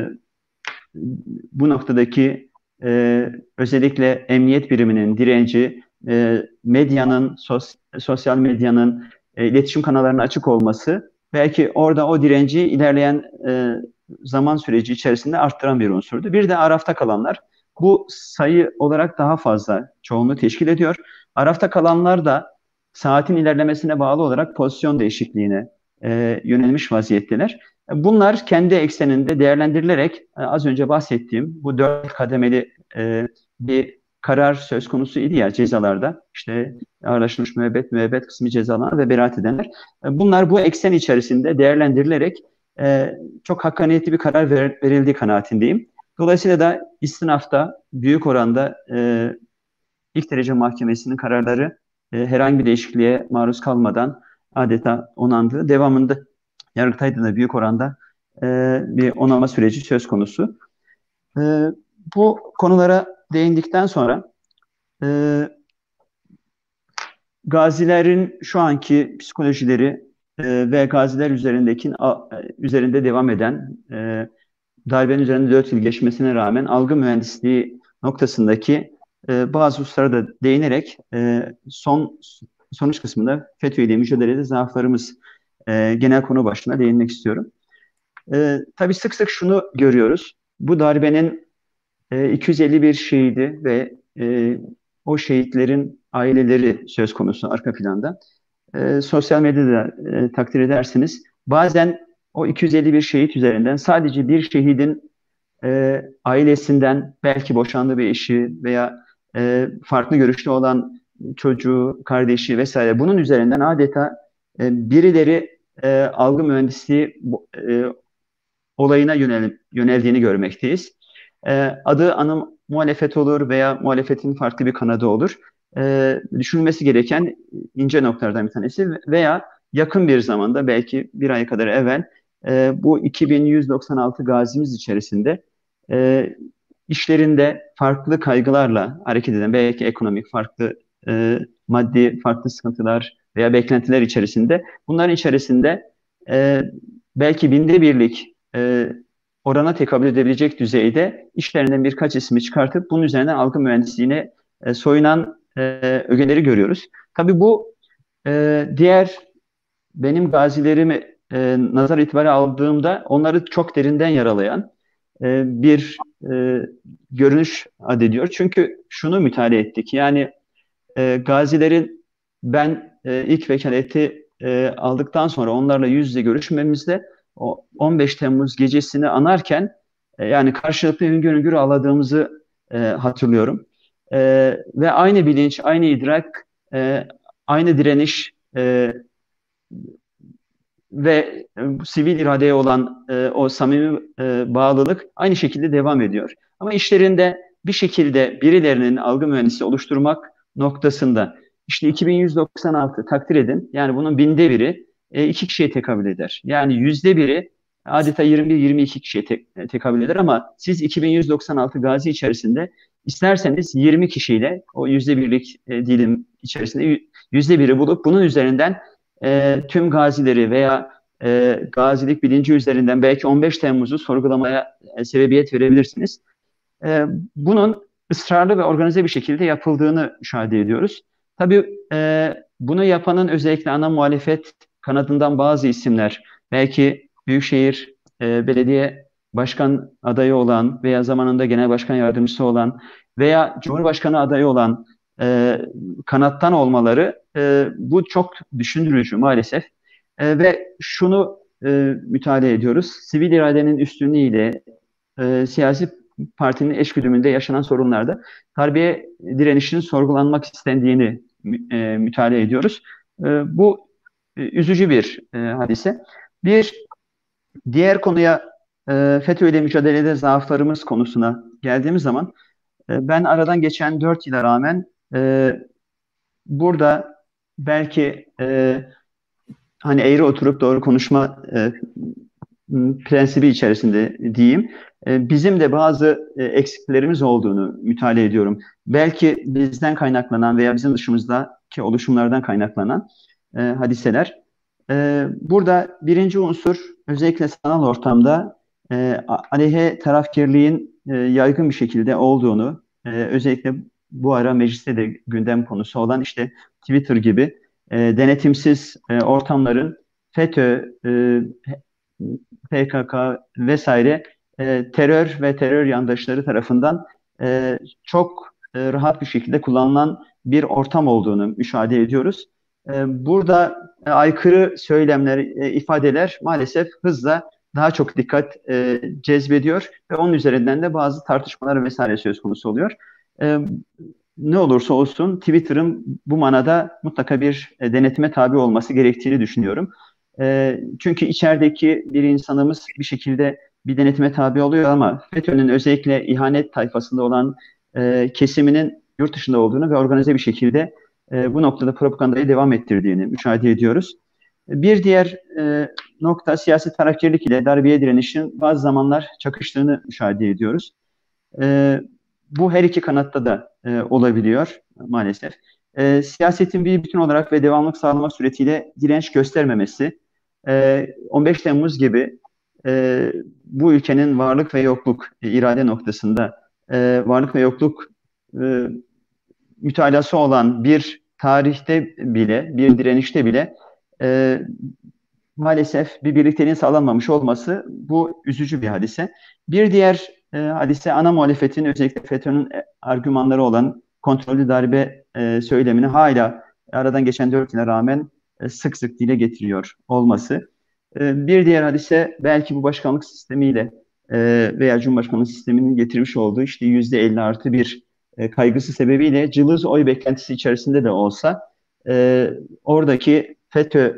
bu noktadaki özellikle emniyet biriminin direnci, medyanın, sosyal medyanın, iletişim kanallarının açık olması belki orada o direnci ilerleyen zaman süreci içerisinde arttıran bir unsurdu. Bir de arafta kalanlar. Bu sayı olarak daha fazla çoğunluğu teşkil ediyor. Arafta kalanlar da saatin ilerlemesine bağlı olarak pozisyon değişikliğine yönelmiş vaziyetteler. Bunlar kendi ekseninde değerlendirilerek az önce bahsettiğim bu 4 kademeli bir karar söz konusu idi ya cezalarda. İşte ağırlaştırılmış müebbet kısmı cezalar ve beraat edenler. Bunlar bu eksen içerisinde değerlendirilerek çok hakkaniyetli bir karar verildiği kanaatindeyim. Dolayısıyla da istinafta büyük oranda ilk derece mahkemesinin kararları herhangi bir değişikliğe maruz kalmadan adeta onandı. Devamında Yargıtay'da da büyük oranda bir onama süreci söz konusu. Bu konulara değindikten sonra gazilerin şu anki psikolojileri ve gaziler üzerinde devam eden darbenin üzerinde 4 yıl geçmesine rağmen algı mühendisliği noktasındaki bazı hususlara da değinerek sonuç kısmında FETÖ ile mücadelede zaaflarımız genel konu başlığına değinmek istiyorum. Tabii sık sık şunu görüyoruz. Bu darbenin 251 şehidi ve o şehitlerin aileleri söz konusu arka planda. Sosyal medyada takdir edersiniz. Bazen o 251 şehit üzerinden sadece bir şehidin ailesinden belki boşandığı bir eşi veya farklı görüşte olan çocuğu, kardeşi vesaire bunun üzerinden adeta birileri algı mühendisliği olayına yöneldiğini görmekteyiz. Adı ana muhalefet olur veya muhalefetin farklı bir kanadı olur. Düşünülmesi gereken ince noktalardan bir tanesi veya yakın bir zamanda belki bir ay kadar evvel bu 2196 gazimiz içerisinde işlerinde farklı kaygılarla hareket eden belki ekonomik farklı maddi farklı sıkıntılar veya beklentiler içerisinde bunların içerisinde belki binde birlik orana tekabül edebilecek düzeyde işlerinden birkaç ismi çıkartıp bunun üzerinden algı mühendisliğine soyunan ögeleri görüyoruz. Tabii bu diğer benim gazilerimi nazar itibariyle aldığımda onları çok derinden yaralayan bir görünüş adediyor. Çünkü şunu mütalaa ettik. Yani gazilerin ben ilk vekaleti aldıktan sonra onlarla yüz yüze görüşmemizde o 15 Temmuz gecesini anarken yani karşılıklı hüngür hüngür ağladığımızı hatırlıyorum. Ve aynı bilinç, aynı idrak, aynı direniş ve sivil iradeye olan o samimi bağlılık aynı şekilde devam ediyor. Ama işlerinde bir şekilde birilerinin algı mühendisi oluşturmak noktasında işte 2196 takdir edin. Yani bunun binde biri iki kişiye tekabül eder. Yani %1'i adeta 21-22 kişiye tekabül eder ama siz 2196 gazi içerisinde isterseniz 20 kişiyle o %1'lik dilim içerisinde %1'i bulup bunun üzerinden tüm gazileri veya gazilik bilinci üzerinden belki 15 Temmuz'u sorgulamaya sebebiyet verebilirsiniz. Bunun ısrarlı ve organize bir şekilde yapıldığını müşahede ediyoruz. Tabii bunu yapanın özellikle ana muhalefet kanadından bazı isimler, belki Büyükşehir Belediye Başkan adayı olan veya zamanında Genel Başkan Yardımcısı olan veya Cumhurbaşkanı adayı olan kanattan olmaları bu çok düşündürücü maalesef. Ve şunu mütalaa ediyoruz. Sivil iradenin üstünlüğüyle siyasi partinin eşgüdümünde yaşanan sorunlarda darbe direnişinin sorgulanmak istendiğini mütalaa ediyoruz. Bu üzücü bir hadise. Bir diğer konuya FETÖ ile mücadelede zaaflarımız konusuna geldiğimiz zaman ben aradan geçen 4 yıla rağmen burada belki hani eğri oturup doğru konuşma prensibi içerisinde diyeyim. Bizim de bazı eksiklerimiz olduğunu mütalaa ediyorum. Belki bizden kaynaklanan veya bizim dışımızdaki oluşumlardan kaynaklanan hadiseler. Burada birinci unsur özellikle sanal ortamda aleyhe tarafkirliğin yaygın bir şekilde olduğunu, özellikle bu ara mecliste de gündem konusu olan işte Twitter gibi denetimsiz ortamların FETÖ, PKK vesaire terör ve terör yandaşları tarafından çok rahat bir şekilde kullanılan bir ortam olduğunu müşahede ediyoruz. Burada aykırı söylemler, ifadeler maalesef hızla daha çok dikkat cezbediyor ve onun üzerinden de bazı tartışmalar vesaire söz konusu oluyor. Ne olursa olsun Twitter'ın bu manada mutlaka bir denetime tabi olması gerektiğini düşünüyorum. Çünkü içerideki bir insanımız bir şekilde bir denetime tabi oluyor ama FETÖ'nün özellikle ihanet tayfasında olan kesiminin yurt dışında olduğunu ve organize bir şekilde bu noktada propagandayı devam ettirdiğini müşahede ediyoruz. Bir diğer nokta siyasi tarafkirlik ile darbeye direnişin bazı zamanlar çakıştığını müşahede ediyoruz. Bu her iki kanatta da olabiliyor maalesef. Siyasetin bir bütün olarak ve devamlılık sağlamak suretiyle direnç göstermemesi, 15 Temmuz gibi bu ülkenin varlık ve yokluk irade noktasında varlık ve yokluk mütalası olan bir tarihte bile, bir direnişte bile maalesef bir birlikteliğin sağlanmamış olması bu üzücü bir hadise. Bir diğer hadise ana muhalefetin özellikle FETÖ'nün argümanları olan kontrollü darbe söylemini hala aradan geçen 4 yıla rağmen sık sık dile getiriyor olması. Bir diğer hadise belki bu başkanlık sistemiyle veya Cumhurbaşkanlığı sisteminin getirmiş olduğu işte %50+1 kaygısı sebebiyle cılız oy beklentisi içerisinde de olsa oradaki FETÖ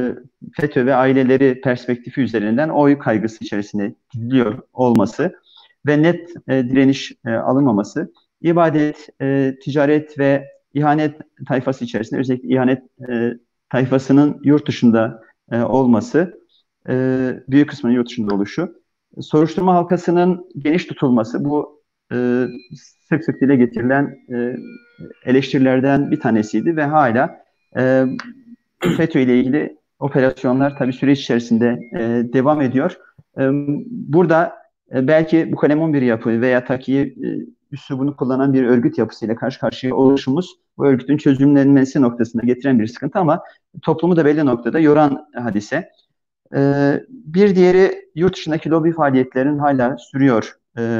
ve aileleri perspektifi üzerinden oy kaygısı içerisine gidiliyor olması ve net direniş alınmaması, ibadet, ticaret ve ihanet tayfası içerisinde özellikle ihanet tayfasının yurt dışında olması, büyük kısmının yurt dışında oluşu, soruşturma halkasının geniş tutulması, bu sık sık dile getirilen eleştirilerden bir tanesiydi ve hala FETÖ ile ilgili operasyonlar tabii süreç içerisinde devam ediyor. Burada belki bu kalemun bir yapı veya takiye üslubunu kullanan bir örgüt yapısıyla karşı karşıya oluşumuz bu örgütün çözümlenmesi noktasına getiren bir sıkıntı ama toplumu da belli noktada yoran hadise. Bir diğeri yurt dışındaki lobi faaliyetlerinin hala sürüyor.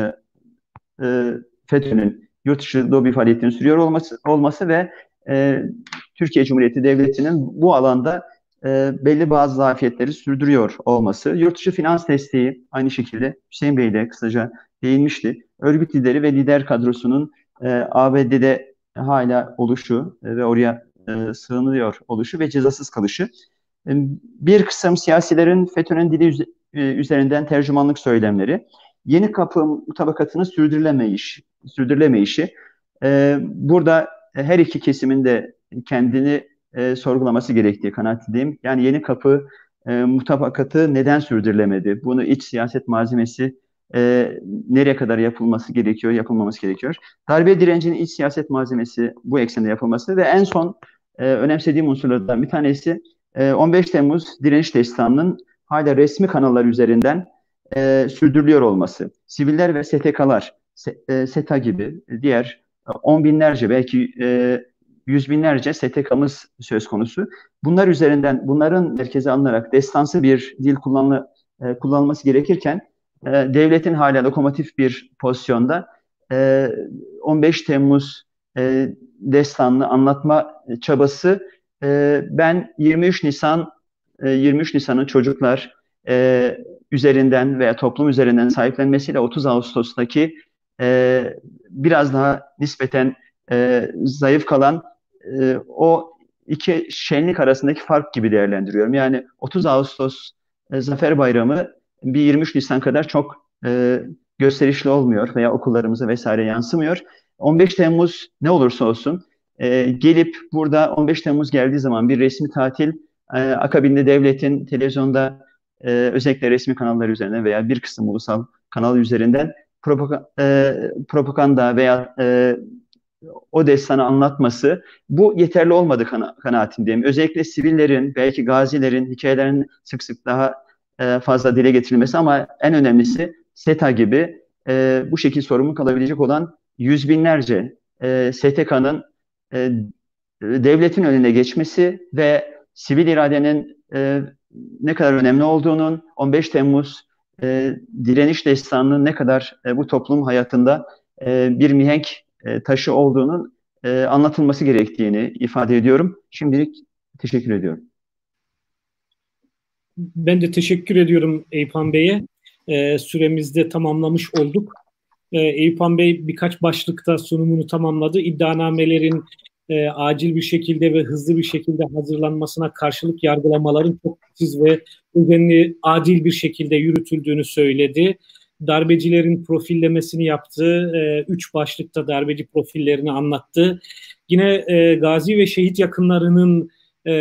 FETÖ'nün yurt dışı lobi faaliyetlerinin sürüyor olması ve Türkiye Cumhuriyeti Devleti'nin bu alanda belli bazı zafiyetleri sürdürüyor olması. Yurt dışı finans desteği aynı şekilde Hüseyin Bey de kısaca değinmişti. Örgüt lideri ve lider kadrosunun ABD'de hala oluşu ve oraya sığınılıyor oluşu ve cezasız kalışı. Bir kısım siyasilerin FETÖ'nün dili üzerinden tercümanlık söylemleri, Yeni Kapı mutabakatının sürdürülemeyişi. Burada her iki kesimin de kendini sorgulaması gerektiği kanaatindeyim. Yani Yeni Kapı mutabakatı neden sürdürülemedi? Bunu iç siyaset malzemesi nereye kadar yapılması gerekiyor, yapılmaması gerekiyor? Darbe direncinin iç siyaset malzemesi bu eksende yapılması ve en son önemsediğim unsurlardan bir tanesi 15 Temmuz direniş destanının hala resmi kanallar üzerinden sürdürülüyor olması. Siviller ve STK'lar, SETA gibi diğer 10 binlerce belki 100 binlerce STK'mız söz konusu. Bunlar üzerinden, bunların merkeze alınarak destansı bir dil kullanılması gerekirken devletin hala lokomotif bir pozisyonda 15 Temmuz destanını anlatma çabası ben 23 Nisan'ın çocuklar üzerinden veya toplum üzerinden sahiplenmesiyle 30 Ağustos'taki biraz daha nispeten zayıf kalan o iki şenlik arasındaki fark gibi değerlendiriyorum. Yani 30 Ağustos Zafer Bayramı bir 23 Nisan kadar çok gösterişli olmuyor veya okullarımıza vesaire yansımıyor. 15 Temmuz ne olursa olsun gelip burada 15 Temmuz geldiği zaman bir resmi tatil, akabinde devletin televizyonda özellikle resmi kanallar üzerinden veya bir kısım ulusal kanal üzerinden propaganda veya o destanı anlatması, bu yeterli olmadı kanaatindeyim. Özellikle sivillerin, belki gazilerin hikayelerinin sık sık daha fazla dile getirilmesi ama en önemlisi SETA gibi bu şekilde sorumlu kalabilecek olan yüz binlerce STK'nın devletin önüne geçmesi ve sivil iradenin ne kadar önemli olduğunun, 15 Temmuz direniş destanının ne kadar bu toplum hayatında bir mihenk taşı olduğunun anlatılması gerektiğini ifade ediyorum. Şimdilik teşekkür ediyorum. Ben de teşekkür ediyorum Eyüphan Bey'e. Süremizde tamamlamış olduk. Eyüphan Bey birkaç başlıkta sunumunu tamamladı. İddianamelerin acil bir şekilde ve hızlı bir şekilde hazırlanmasına karşılık yargılamaların çok titiz ve özenli, adil bir şekilde yürütüldüğünü söyledi. Darbecilerin profillemesini yaptı. 3 başlıkta darbeci profillerini anlattı. Yine gazi ve şehit yakınlarının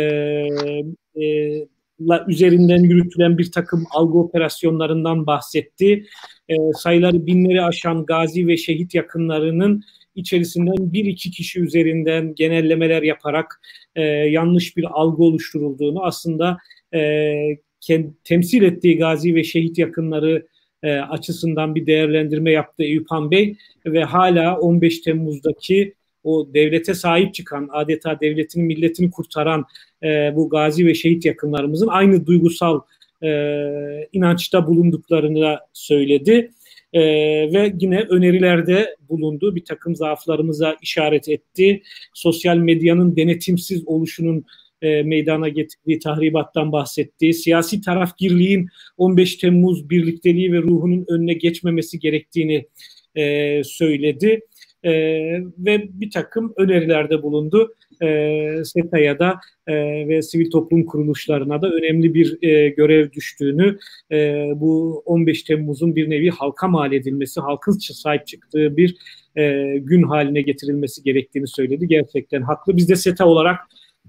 üzerinden yürütülen bir takım algı operasyonlarından bahsetti. Sayıları binleri aşan gazi ve şehit yakınlarının içerisinden bir iki kişi üzerinden genellemeler yaparak yanlış bir algı oluşturulduğunu, aslında temsil ettiği gazi ve şehit yakınları açısından bir değerlendirme yaptı Eyüphan Bey ve hala 15 Temmuz'daki o devlete sahip çıkan, adeta devletini, milletini kurtaran bu gazi ve şehit yakınlarımızın aynı duygusal inançta bulunduklarını söyledi. Ve yine önerilerde bulundu. Bir takım zaaflarımıza işaret etti. Sosyal medyanın denetimsiz oluşunun meydana getirdiği tahribattan bahsetti. Siyasi tarafgirliğin 15 Temmuz birlikteliği ve ruhunun önüne geçmemesi gerektiğini söyledi. Ve bir takım önerilerde bulundu. SETA'ya da ve sivil toplum kuruluşlarına da önemli bir görev düştüğünü, bu 15 Temmuz'un bir nevi halka mal edilmesi, halkın sahip çıktığı bir gün haline getirilmesi gerektiğini söyledi. Gerçekten haklı. Biz de SETA olarak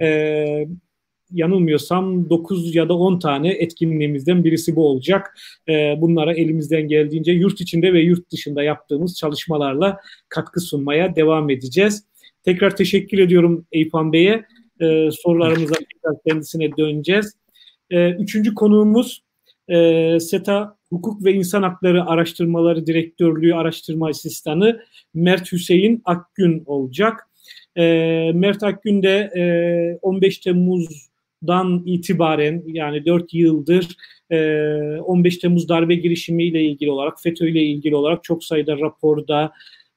yanılmıyorsam 9 ya da 10 tane etkinliğimizden birisi bu olacak. Bunlara elimizden geldiğince yurt içinde ve yurt dışında yaptığımız çalışmalarla katkı sunmaya devam edeceğiz. Tekrar teşekkür ediyorum Eyüphan Bey'e. Sorularımıza tekrar kendisine döneceğiz. Üçüncü konuğumuz SETA Hukuk ve İnsan Hakları Araştırmaları Direktörlüğü Araştırma Asistanı Mert Hüseyin Akgün olacak. Mert Akgün de 15 Temmuz'dan itibaren, yani 4 yıldır 15 Temmuz darbe girişimiyle ilgili olarak, FETÖ ile ilgili olarak çok sayıda raporda,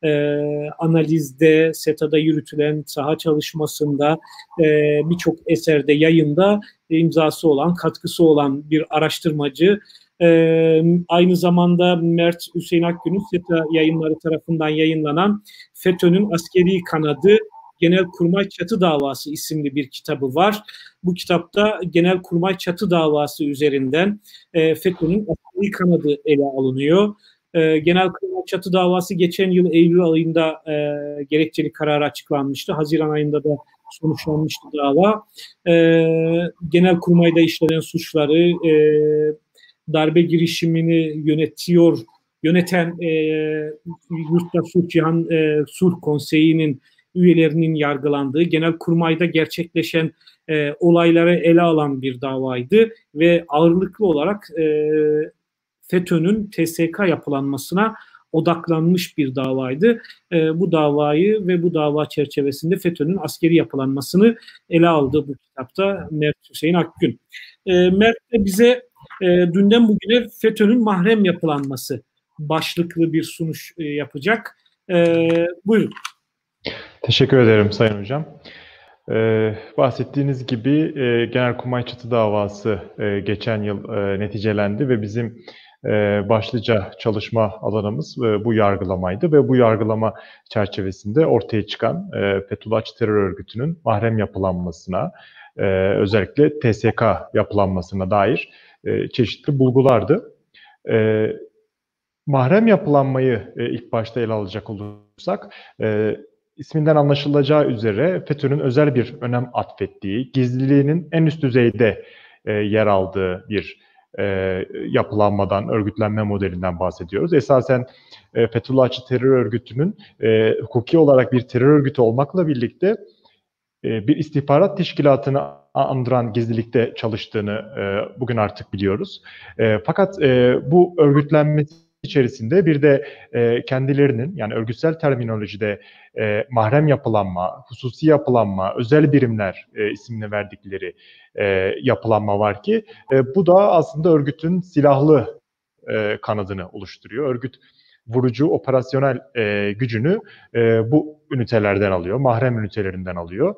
analizde, SETA'da yürütülen saha çalışmasında, birçok eserde, yayında imzası olan, katkısı olan bir araştırmacı. Aynı zamanda Mert Hüseyin Akgün'ün SETA yayınları tarafından yayınlanan FETÖ'nün Askeri Kanadı Genelkurmay Çatı Davası isimli bir kitabı var. Bu kitapta Genelkurmay Çatı Davası üzerinden FETÖ'nün askeri kanadı ele alınıyor. Genelkurmay Çatı Davası geçen yıl Eylül ayında gerekçeli kararı açıklanmıştı. Haziran ayında da sonuçlanmıştı dava. Genelkurmay'da işlenen suçları, darbe girişimini yöneten Yurttaş Sulh Cihan Sulh Konseyi'nin üyelerinin yargılandığı, Genelkurmay'da gerçekleşen olayları ele alan bir davaydı ve ağırlıklı olarak FETÖ'nün TSK yapılanmasına odaklanmış bir davaydı. Bu davayı ve bu dava çerçevesinde FETÖ'nün askeri yapılanmasını ele aldı bu kitapta Mert Hüseyin Akgün. Mert de bize dünden bugüne FETÖ'nün mahrem yapılanması başlıklı bir sunuş yapacak. Buyurun. Teşekkür ederim Sayın Hocam. Bahsettiğiniz gibi Genelkurmay Çatı Davası geçen yıl neticelendi ve bizim başlıca çalışma alanımız bu yargılamaydı ve bu yargılama çerçevesinde ortaya çıkan Fethullahçı terör örgütünün mahrem yapılanmasına, özellikle TSK yapılanmasına dair çeşitli bulgulardı. Mahrem yapılanmayı ilk başta ele alacak olursak, isminden anlaşılacağı üzere FETÖ'nün özel bir önem atfettiği, gizliliğinin en üst düzeyde yer aldığı bir yapılanmadan, örgütlenme modelinden bahsediyoruz. Esasen Fethullahçı terör örgütünün hukuki olarak bir terör örgütü olmakla birlikte bir istihbarat teşkilatını andıran gizlilikte çalıştığını bugün artık biliyoruz. Fakat bu örgütlenme içerisinde bir de kendilerinin, yani örgütsel terminolojide mahrem yapılanma, hususi yapılanma, özel birimler ismini verdikleri yapılanma var ki bu da aslında örgütün silahlı kanadını oluşturuyor. Örgüt vurucu, operasyonel gücünü bu ünitelerden alıyor, mahrem ünitelerinden alıyor.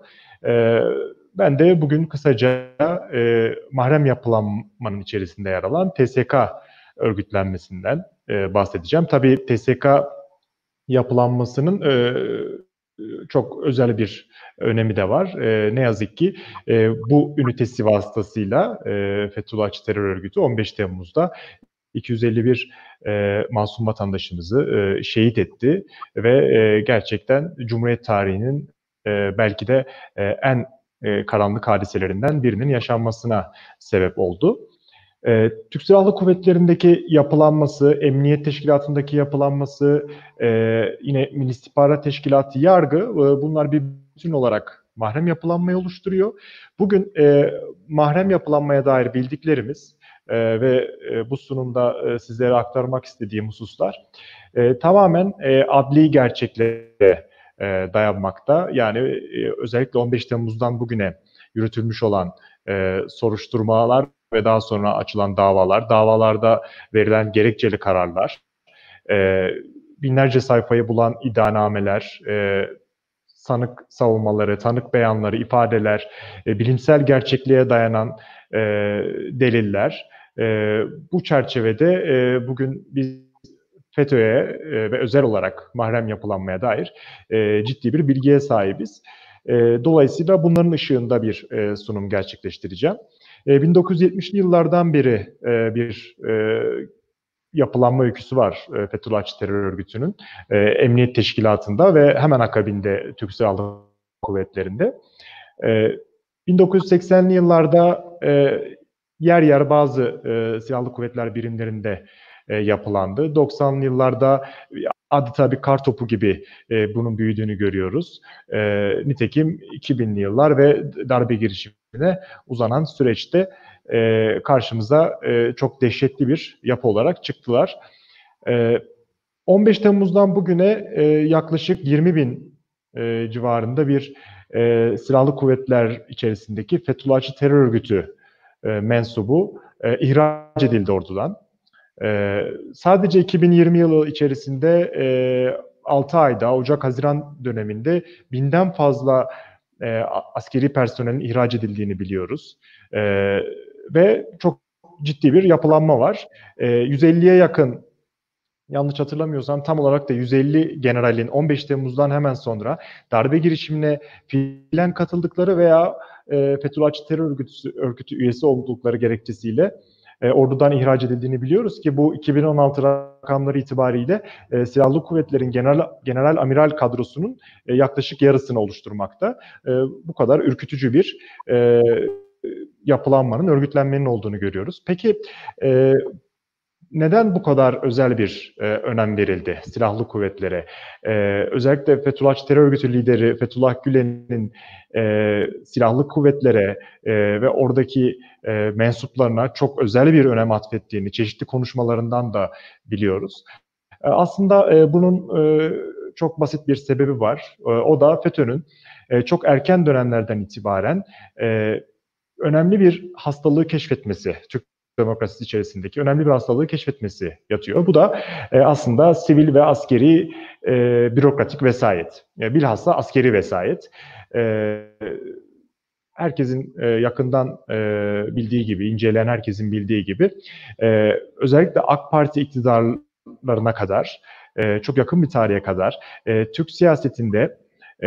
Ben de bugün kısaca mahrem yapılanmanın içerisinde yer alan TSK örgütlenmesinden bahsedeceğim. Tabii TSK yapılanmasının çok özel bir önemi de var. Ne yazık ki bu ünitesi vasıtasıyla Fethullahçı terör örgütü 15 Temmuz'da 251 masum vatandaşımızı şehit etti ve gerçekten Cumhuriyet tarihinin belki de en karanlık hadiselerinden birinin yaşanmasına sebep oldu. Türk Silahlı Kuvvetleri'ndeki yapılanması, Emniyet Teşkilatı'ndaki yapılanması, yine Milli İstihbarat Teşkilatı, yargı, bunlar bir bütün olarak mahrem yapılanmayı oluşturuyor. Bugün mahrem yapılanmaya dair bildiklerimiz ve bu sunumda sizlere aktarmak istediğim hususlar tamamen adli gerçeklere dayanmakta. Yani özellikle 15 Temmuz'dan bugüne yürütülmüş olan soruşturmalar ve daha sonra açılan davalarda verilen gerekçeli kararlar, binlerce sayfayı bulan iddianameler, sanık savunmaları, tanık beyanları, ifadeler, bilimsel gerçekliğe dayanan deliller. Bu çerçevede bugün biz FETÖ'ye ve özel olarak mahrem yapılanmaya dair ciddi bir bilgiye sahibiz. Dolayısıyla bunların ışığında bir sunum gerçekleştireceğim. 1970'li yıllardan beri bir yapılanma öyküsü var Fethullahçı terör örgütünün emniyet teşkilatında ve hemen akabinde Türk Silahlı Kuvvetleri'nde. 1980'li yıllarda yer yer bazı silahlı kuvvetler birimlerinde yapılandı. 90'lı yıllarda adeta bir kar topu gibi bunun büyüdüğünü görüyoruz. Nitekim 2000'li yıllar ve darbe girişimine uzanan süreçte karşımıza çok dehşetli bir yapı olarak çıktılar. 15 Temmuz'dan bugüne yaklaşık 20 bin civarında bir silahlı kuvvetler içerisindeki Fethullahçı terör örgütü mensubu ihraç edildi ordudan. Sadece 2020 yılı içerisinde 6 ayda Ocak-Haziran döneminde 1000'den fazla askeri personelin ihraç edildiğini biliyoruz. Ve çok ciddi bir yapılanma var. 150'ye yakın, yanlış hatırlamıyorsam tam olarak da 150 generalin 15 Temmuz'dan hemen sonra darbe girişimine fiilen katıldıkları veya Fethullahçı terör örgütü üyesi oldukları gerekçesiyle ordudan ihraç edildiğini biliyoruz ki bu 2016 rakamları itibariyle silahlı kuvvetlerin general amiral kadrosunun yaklaşık yarısını oluşturmakta. Bu kadar ürkütücü bir yapılanmanın, örgütlenmenin olduğunu görüyoruz. Peki neden bu kadar özel bir önem verildi silahlı kuvvetlere? Özellikle Fethullahçı terör örgütü lideri Fethullah Gülen'in silahlı kuvvetlere ve oradaki mensuplarına çok özel bir önem atfettiğini çeşitli konuşmalarından da biliyoruz. Aslında bunun çok basit bir sebebi var. O da FETÖ'nün çok erken dönemlerden itibaren önemli bir hastalığı keşfetmesi, Türk demokrasisi içerisindeki önemli bir hastalığı keşfetmesi yatıyor. Bu da aslında sivil ve askeri bürokratik vesayet. Bilhassa askeri vesayet. Herkesin yakından bildiği gibi, inceleyen herkesin bildiği gibi özellikle AK Parti iktidarlarına kadar, çok yakın bir tarihe kadar Türk siyasetinde,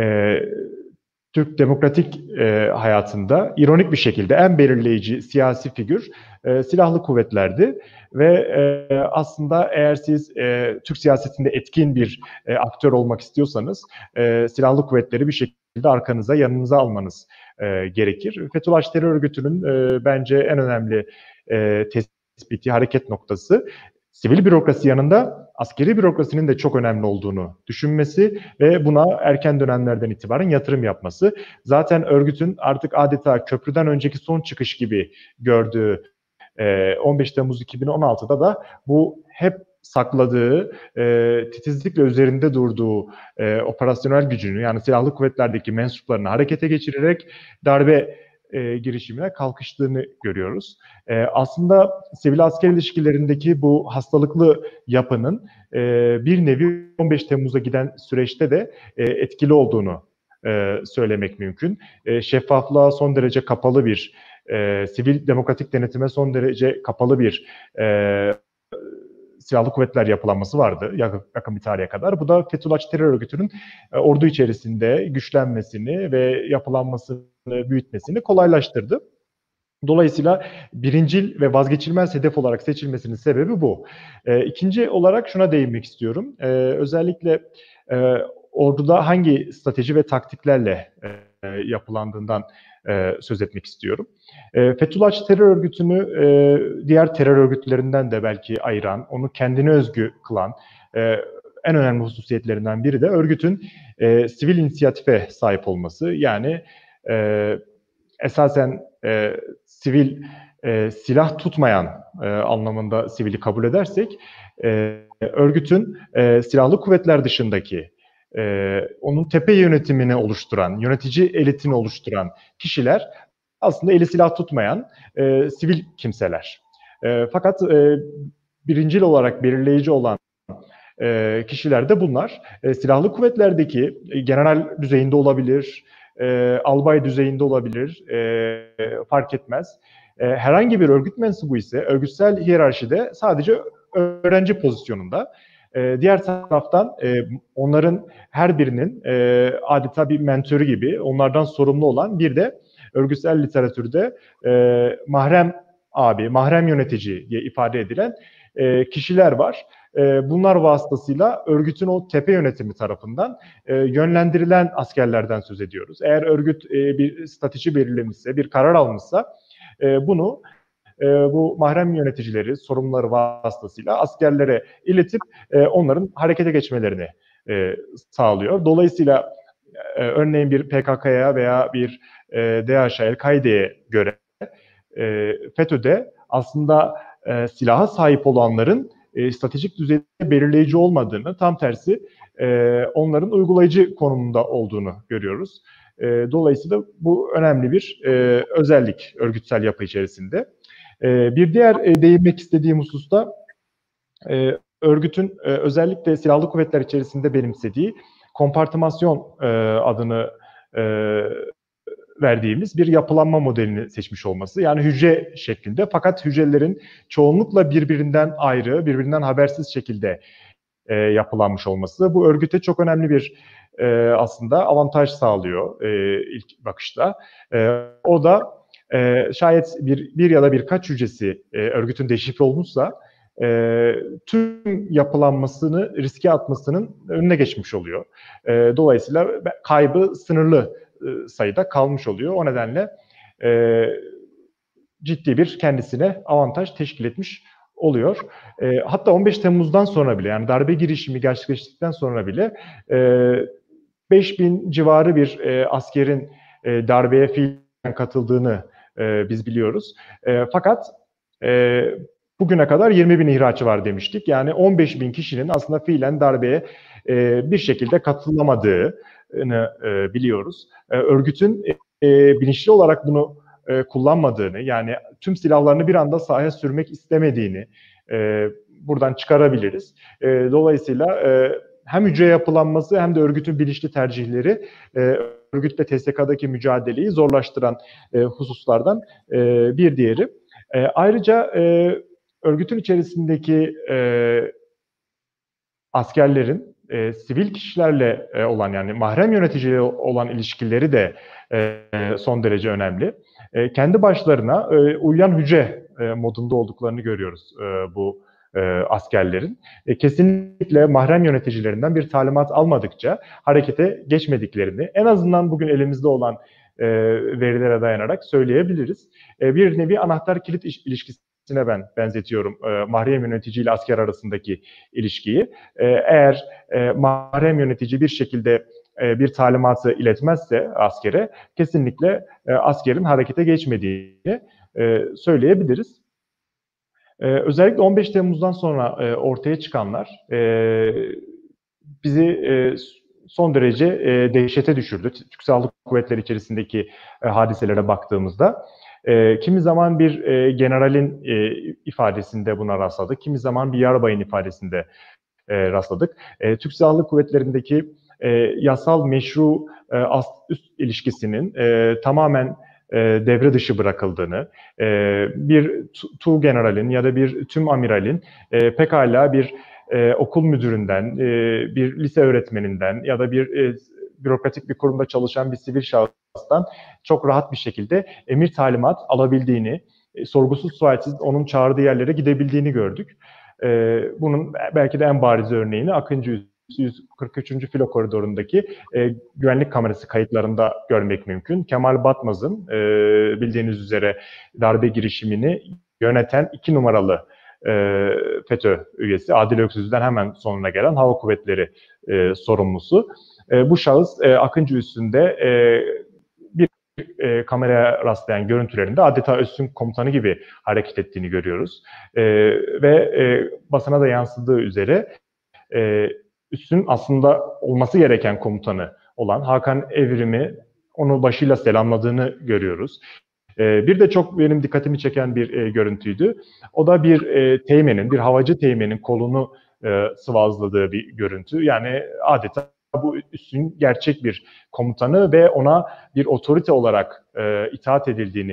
Türk demokratik hayatında ironik bir şekilde en belirleyici siyasi figür silahlı kuvvetlerdi ve aslında eğer siz Türk siyasetinde etkin bir aktör olmak istiyorsanız silahlı kuvvetleri bir şekilde arkanıza, yanınıza almanız gerekir. Fethullahçı terör örgütünün bence en önemli tespiti, hareket noktası sivil bürokrasi yanında askeri bürokrasinin de çok önemli olduğunu düşünmesi ve buna erken dönemlerden itibaren yatırım yapması. Zaten örgütün artık adeta köprüden önceki son çıkış gibi gördüğü 15 Temmuz 2016'da da bu hep sakladığı, titizlikle üzerinde durduğu operasyonel gücünü, yani silahlı kuvvetlerdeki mensuplarını harekete geçirerek darbe girişimine kalkıştığını görüyoruz. Aslında sivil asker ilişkilerindeki bu hastalıklı yapının bir nevi 15 Temmuz'a giden süreçte de etkili olduğunu söylemek mümkün. Şeffaflığa son derece kapalı bir, sivil demokratik denetime son derece kapalı bir silahlı kuvvetler yapılanması vardı yakın bir tarihe kadar. Bu da Fethullahçı terör örgütünün ordu içerisinde güçlenmesini ve yapılanmasını büyütmesini kolaylaştırdı. Dolayısıyla birincil ve vazgeçilmez hedef olarak seçilmesinin sebebi bu. İkinci olarak şuna değinmek istiyorum. Özellikle orduda hangi strateji ve taktiklerle yapılandığından söz etmek istiyorum. Fethullahçı terör örgütünü diğer terör örgütlerinden de belki ayıran, onu kendine özgü kılan en önemli hususiyetlerinden biri de örgütün sivil inisiyatife sahip olması. Yani esasen sivil silah tutmayan anlamında sivili kabul edersek örgütün silahlı kuvvetler dışındaki onun tepe yönetimini oluşturan, yönetici elitini oluşturan kişiler aslında eli silah tutmayan sivil kimseler. Fakat birincil olarak belirleyici olan kişiler de bunlar. Silahlı kuvvetlerdeki general düzeyinde olabilir, albay düzeyinde olabilir, fark etmez. Herhangi bir örgüt mensubu ise örgütsel hiyerarşide sadece öğrenci pozisyonunda. Diğer taraftan onların her birinin adeta bir mentörü gibi onlardan sorumlu olan bir de örgütsel literatürde mahrem abi, mahrem yönetici diye ifade edilen kişiler var. Bunlar vasıtasıyla örgütün o tepe yönetimi tarafından yönlendirilen askerlerden söz ediyoruz. Eğer örgüt bir strateji belirlemişse, bir karar almışsa bunu bu mahrem yöneticileri, sorumluları vasıtasıyla askerlere iletip onların harekete geçmelerini sağlıyor. Dolayısıyla örneğin bir PKK'ya veya bir DAEŞ'e, El-Kaide'ye göre FETÖ'de aslında silaha sahip olanların stratejik düzeyde belirleyici olmadığını, tam tersi onların uygulayıcı konumunda olduğunu görüyoruz. Dolayısıyla bu önemli bir özellik örgütsel yapı içerisinde. Bir diğer değinmek istediğim hususta örgütün özellikle silahlı kuvvetler içerisinde benimsediği kompartımasyon adını verdiğimiz bir yapılanma modelini seçmiş olması. Yani hücre şeklinde, fakat hücrelerin çoğunlukla birbirinden ayrı, birbirinden habersiz şekilde yapılanmış olması. Bu örgüte çok önemli bir aslında avantaj sağlıyor ilk bakışta. O da şayet bir ya da birkaç hücresi örgütün deşifre olmuşsa tüm yapılanmasını riske atmasının önüne geçmiş oluyor. Dolayısıyla kaybı sınırlı sayıda kalmış oluyor. O nedenle ciddi bir kendisine avantaj teşkil etmiş oluyor. Hatta 15 Temmuz'dan sonra bile, yani darbe girişimi gerçekleştikten sonra bile 5000 civarı bir askerin darbeye fiilen katıldığını biz biliyoruz. Fakat bugüne kadar 20.000 ihraçı var demiştik. Yani 15.000 kişinin aslında fiilen darbeye bir şekilde katılamadığını biliyoruz. Örgütün bilinçli olarak bunu kullanmadığını, yani tüm silahlarını bir anda sahaya sürmek istemediğini buradan çıkarabiliriz. Dolayısıyla hem hücre yapılanması hem de örgütün bilinçli tercihleri örgütle TSK'daki mücadeleyi zorlaştıran hususlardan bir diğeri. Ayrıca örgütün içerisindeki askerlerin sivil kişilerle olan, yani mahrem yöneticiyle olan ilişkileri de son derece önemli. Kendi başlarına uyuyan hücre modunda olduklarını görüyoruz bu askerlerin. Kesinlikle mahrem yöneticilerinden bir talimat almadıkça harekete geçmediklerini en azından bugün elimizde olan verilere dayanarak söyleyebiliriz. Bir nevi anahtar kilit ilişkisine ben benzetiyorum mahrem yönetici ile asker arasındaki ilişkiyi. Eğer mahrem yönetici bir şekilde bir talimatı iletmezse askere, kesinlikle askerin harekete geçmediğini söyleyebiliriz. Özellikle 15 Temmuz'dan sonra ortaya çıkanlar bizi son derece dehşete düşürdü. Türk Silahlı Kuvvetleri içerisindeki hadiselere baktığımızda. Kimi zaman bir generalin ifadesinde buna rastladık, kimi zaman bir yarbayın ifadesinde rastladık. Türk Silahlı Kuvvetleri'ndeki yasal meşru ast-üst ilişkisinin tamamen devre dışı bırakıldığını, bir generalin ya da bir tüm amiralin pekala bir okul müdüründen, bir lise öğretmeninden ya da bir bürokratik bir kurumda çalışan bir sivil şahıstan çok rahat bir şekilde emir talimat alabildiğini, sorgusuz sualsiz onun çağırdığı yerlere gidebildiğini gördük. Bunun belki de en bariz örneğini Akıncı 143. Filo Koridoru'ndaki güvenlik kamerası kayıtlarında görmek mümkün. Kemal Batmaz'ın bildiğiniz üzere darbe girişimini yöneten 2 numaralı FETÖ üyesi, Adil Öksüz'den hemen sonuna gelen Hava Kuvvetleri sorumlusu. Bu şahıs Akıncı üssünde bir kameraya rastlayan görüntülerinde adeta üssün komutanı gibi hareket ettiğini görüyoruz. Ve basına da yansıdığı üzere üssün aslında olması gereken komutanı olan Hakan Evrim'i onu başıyla selamladığını görüyoruz. Bir de çok benim dikkatimi çeken bir görüntüydü. O da bir teğmenin, bir havacı teğmenin kolunu sıvazladığı bir görüntü. Yani adeta bu üssün gerçek bir komutanı ve ona bir otorite olarak itaat edildiğini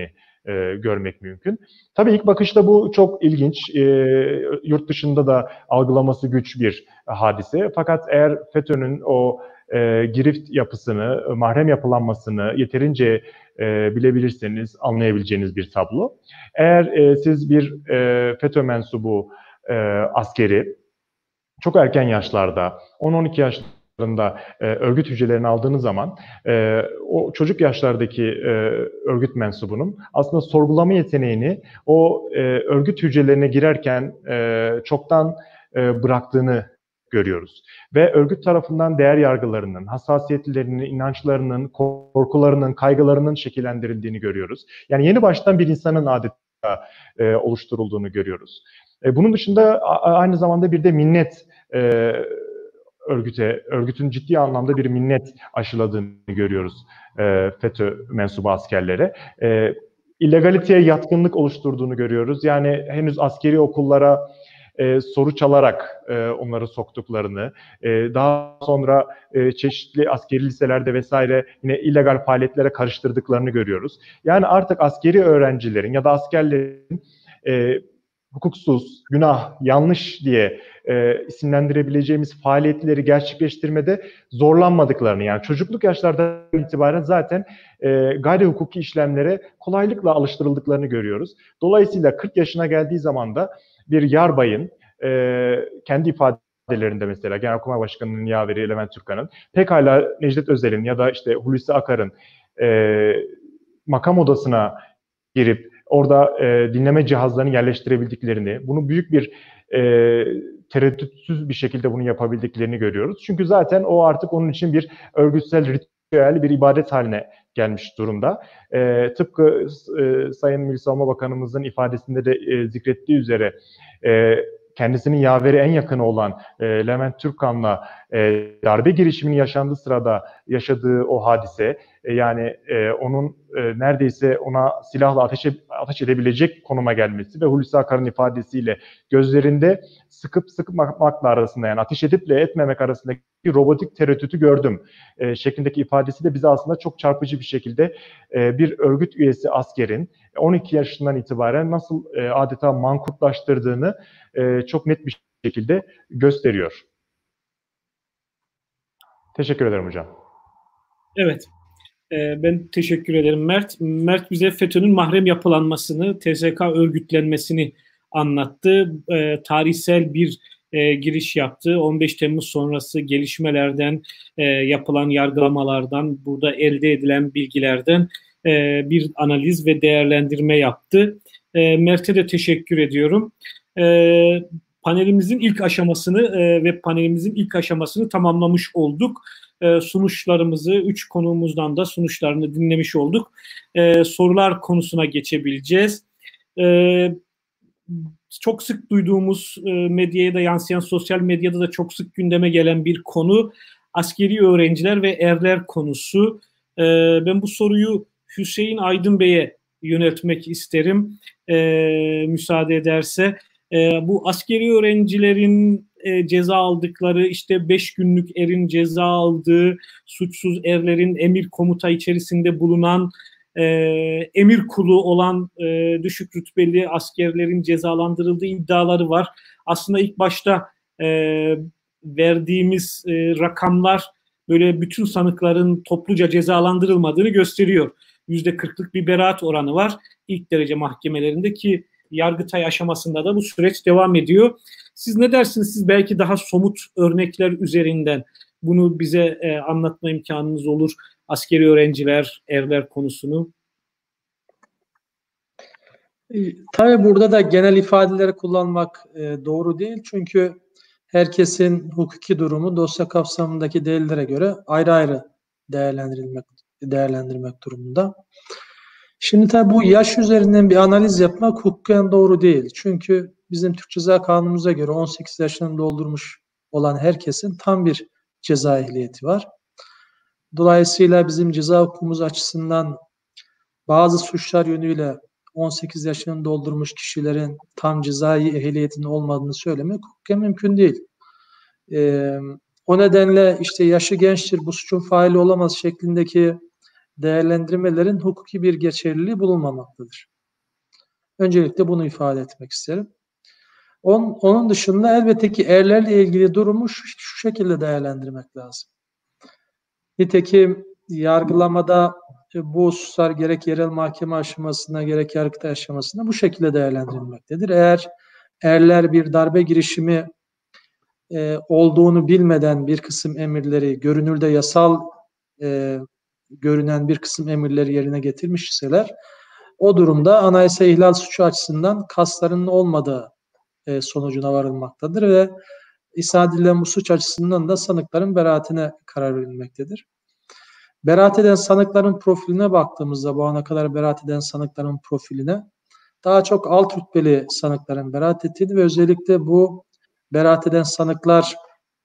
görmek mümkün. Tabii ilk bakışta bu çok ilginç. Yurt dışında da algılaması güç bir hadise. Fakat eğer FETÖ'nün o girift yapısını, mahrem yapılanmasını yeterince bilebilirseniz anlayabileceğiniz bir tablo. Eğer siz bir FETÖ mensubu askeri çok erken yaşlarda, 10-12 yaşlarında örgüt hücrelerini aldığınız zaman o çocuk yaşlardaki örgüt mensubunun aslında sorgulama yeteneğini o örgüt hücrelerine girerken çoktan bıraktığını görüyoruz. Ve örgüt tarafından değer yargılarının, hassasiyetlerinin, inançlarının, korkularının, kaygılarının şekillendirildiğini görüyoruz. Yani yeni baştan bir insanın adeta oluşturulduğunu görüyoruz. Bunun dışında aynı zamanda bir de minnet örgütün ciddi anlamda bir minnet aşıladığını görüyoruz FETÖ mensubu askerlere. İllegaliteye yatkınlık oluşturduğunu görüyoruz. Yani henüz askeri okullara soru çalarak onları soktuklarını, daha sonra çeşitli askeri liselerde vesaire yine illegal faaliyetlere karıştırdıklarını görüyoruz. Yani artık askeri öğrencilerin ya da askerlerin hukuksuz, günah, yanlış diye isimlendirebileceğimiz faaliyetleri gerçekleştirmede zorlanmadıklarını, yani çocukluk yaşlardan itibaren zaten gayri hukuki işlemlere kolaylıkla alıştırıldıklarını görüyoruz. Dolayısıyla 40 yaşına geldiği zaman da bir yarbayın kendi ifadelerinde mesela Genelkurmay Başkanı'nın yaveri Levent Türkan'ın pekala Necdet Özel'in ya da işte Hulusi Akar'ın makam odasına girip orada dinleme cihazlarını yerleştirebildiklerini, bunu büyük bir tereddütsüz bir şekilde bunu yapabildiklerini görüyoruz. Çünkü zaten o artık onun için bir örgütsel ritüel, bir ibadet haline gelmiş durumda. Tıpkı Sayın Milli Savunma Bakanımızın ifadesinde de zikrettiği üzere kendisinin yaveri en yakını olan Levent Türkan'la darbe girişiminin yaşandığı sırada yaşadığı o hadise, yani onun neredeyse ona silahla ateş edebilecek konuma gelmesi ve Hulusi Akar'ın ifadesiyle gözlerinde sıkıp sıkmamakla arasında, yani ateş ediple etmemek arasındaki robotik tereddütü gördüm şeklindeki ifadesi de bize aslında çok çarpıcı bir şekilde bir örgüt üyesi askerin 12 yaşından itibaren nasıl adeta mankutlaştırdığını çok net bir şekilde gösteriyor. Teşekkür ederim hocam. Evet. Ben teşekkür ederim Mert. Mert bize FETÖ'nün mahrem yapılanmasını, TSK örgütlenmesini anlattı. Tarihsel bir giriş yaptı. 15 Temmuz sonrası gelişmelerden, yapılan yargılamalardan, burada elde edilen bilgilerden bir analiz ve değerlendirme yaptı. Mert'e de teşekkür ediyorum. Panelimizin ilk aşamasını tamamlamış olduk. Sonuçlarımızı, 3 konuğumuzdan da sonuçlarını dinlemiş olduk. Sorular konusuna geçebileceğiz. Çok sık duyduğumuz, medyaya da yansıyan, sosyal medyada da çok sık gündeme gelen bir konu askeri öğrenciler ve erler konusu. Ben bu soruyu Hüseyin Aydın Bey'e yöneltmek isterim, müsaade ederse. Bu askeri öğrencilerin ceza aldıkları, işte 5 günlük erin ceza aldığı, suçsuz erlerin emir komuta içerisinde bulunan, emir kulu olan düşük rütbeli askerlerin cezalandırıldığı iddiaları var. Aslında ilk başta verdiğimiz rakamlar böyle bütün sanıkların topluca cezalandırılmadığını gösteriyor. %40'lık bir beraat oranı var ilk derece mahkemelerinde ki Yargıtay aşamasında da bu süreç devam ediyor. Siz ne dersiniz? Siz belki daha somut örnekler üzerinden bunu bize anlatma imkanınız olur. Askeri öğrenciler, erler konusunu. Tabii burada da genel ifadeleri kullanmak doğru değil. Çünkü herkesin hukuki durumu dosya kapsamındaki delillere göre ayrı ayrı değerlendirmek durumunda. Şimdi tabii bu yaş üzerinden bir analiz yapmak hukuken doğru değil. Çünkü bizim Türk Ceza Kanunumuza göre 18 yaşını doldurmuş olan herkesin tam bir ceza ehliyeti var. Dolayısıyla bizim ceza hukukumuz açısından bazı suçlar yönüyle 18 yaşını doldurmuş kişilerin tam cezai ehliyetinin olmadığını söylemek hukuken mümkün değil. O nedenle işte yaşı gençtir, bu suçun faili olamaz şeklindeki değerlendirmelerin hukuki bir geçerliliği bulunmamaktadır. Öncelikle bunu ifade etmek isterim. Onun dışında elbette ki erlerle ilgili durumu şu şekilde değerlendirmek lazım. Nitekim yargılamada bu hususlar gerek yerel mahkeme aşamasında gerek yargıtay aşamasında bu şekilde değerlendirilmektedir. Eğer erler bir darbe girişimi olduğunu bilmeden bir kısım emirleri, görünürde yasal görünen bir kısım emirleri yerine getirmiş iseler, o durumda anayasa ihlal suçu açısından kaslarının olmadığı sonucuna varılmaktadır ve isnat edilen bu suç açısından da sanıkların beraatine karar verilmektedir. Beraat eden sanıkların profiline baktığımızda, bu ana kadar beraat eden sanıkların profiline daha çok alt rütbeli sanıkların beraat ettiğini ve özellikle bu beraat eden sanıklar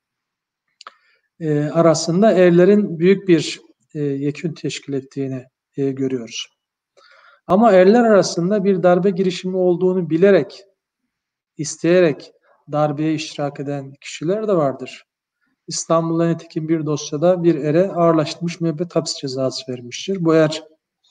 arasında erlerin büyük bir yekün teşkil ettiğini görüyoruz. Ama erler arasında bir darbe girişimi olduğunu bilerek, isteyerek darbeye iştirak eden kişiler de vardır. İstanbul'da nitekim bir dosyada bir ere ağırlaştırılmış müebbet hapis cezası vermiştir. Bu er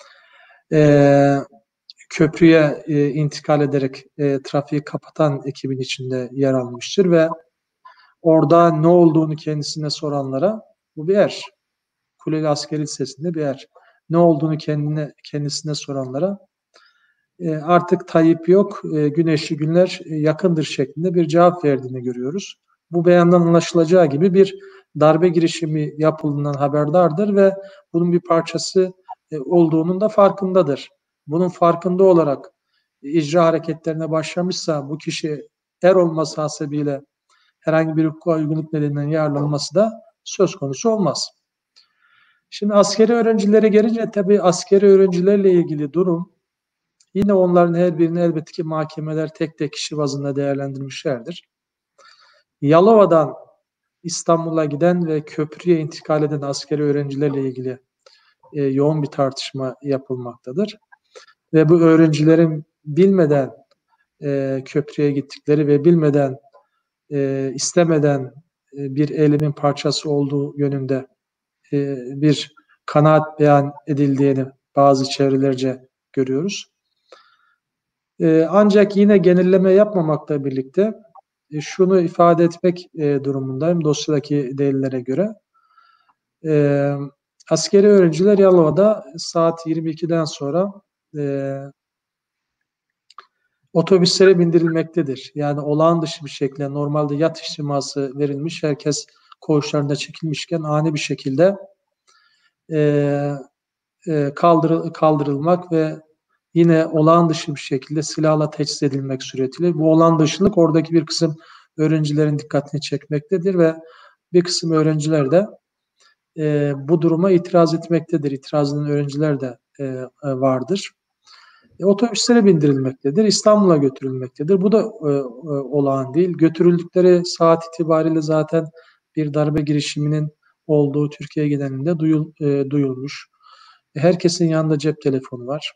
köprüye intikal ederek trafiği kapatan ekibin içinde yer almıştır ve orada ne olduğunu kendisine soranlara, bu bir er, Kuleli Askeri Lisesi'nde bir er, ne olduğunu kendisine soranlara artık Tayyip yok, güneşli günler yakındır şeklinde bir cevap verdiğini görüyoruz. Bu beyandan anlaşılacağı gibi bir darbe girişimi yapıldığından haberdardır ve bunun bir parçası olduğunun da farkındadır. Bunun farkında olarak icra hareketlerine başlamışsa bu kişi er olması hasebiyle herhangi bir hukuka uygunluk nedeninden yararlanması da söz konusu olmaz. Şimdi askeri öğrencilere gelince tabii askeri öğrencilerle ilgili durum yine onların her birini elbette ki mahkemeler tek tek kişi bazında değerlendirmişlerdir. Yalova'dan İstanbul'a giden ve köprüye intikal eden askeri öğrencilerle ilgili yoğun bir tartışma yapılmaktadır. Ve bu öğrencilerin bilmeden köprüye gittikleri ve bilmeden, istemeden bir eylemin parçası olduğu yönünde bir kanaat beyan edildiğini bazı çevrelerce görüyoruz. Ancak yine genelleme yapmamakla birlikte şunu ifade etmek durumundayım dosyadaki delillere göre. Askeri öğrenciler Yalova'da saat 22'den sonra otobüslere bindirilmektedir. Yani olağan dışı bir şekilde normalde yat içtiması verilmiş, herkes koğuşlarında çekilmişken ani bir şekilde kaldırılmak ve yine olağan dışı bir şekilde silahla teçhiz edilmek suretiyle bu olağan dışılık oradaki bir kısım öğrencilerin dikkatini çekmektedir ve bir kısım öğrenciler de bu duruma itiraz etmektedir. İtiraz eden öğrenciler de vardır. Otobüslere bindirilmektedir. İstanbul'a götürülmektedir. Bu da olağan değil. Götürüldükleri saat itibariyle zaten bir darbe girişiminin olduğu Türkiye genelinde duyulmuş. Herkesin yanında cep telefonu var.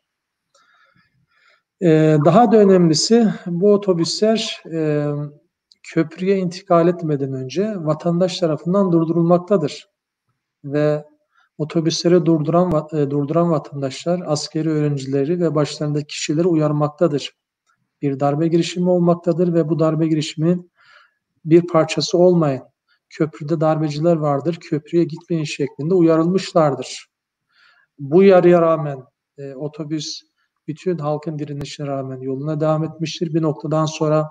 Daha da önemlisi bu otobüsler köprüye intikal etmeden önce vatandaş tarafından durdurulmaktadır. Ve otobüsleri durduran vatandaşlar askeri öğrencileri ve başlarındaki kişileri uyarmaktadır. Bir darbe girişimi olmaktadır ve bu darbe girişiminin bir parçası olmayın. Köprüde darbeciler vardır, köprüye gitmeyin şeklinde uyarılmışlardır. Bu uyarıya rağmen otobüs bütün halkın direnişine rağmen yoluna devam etmiştir. Bir noktadan sonra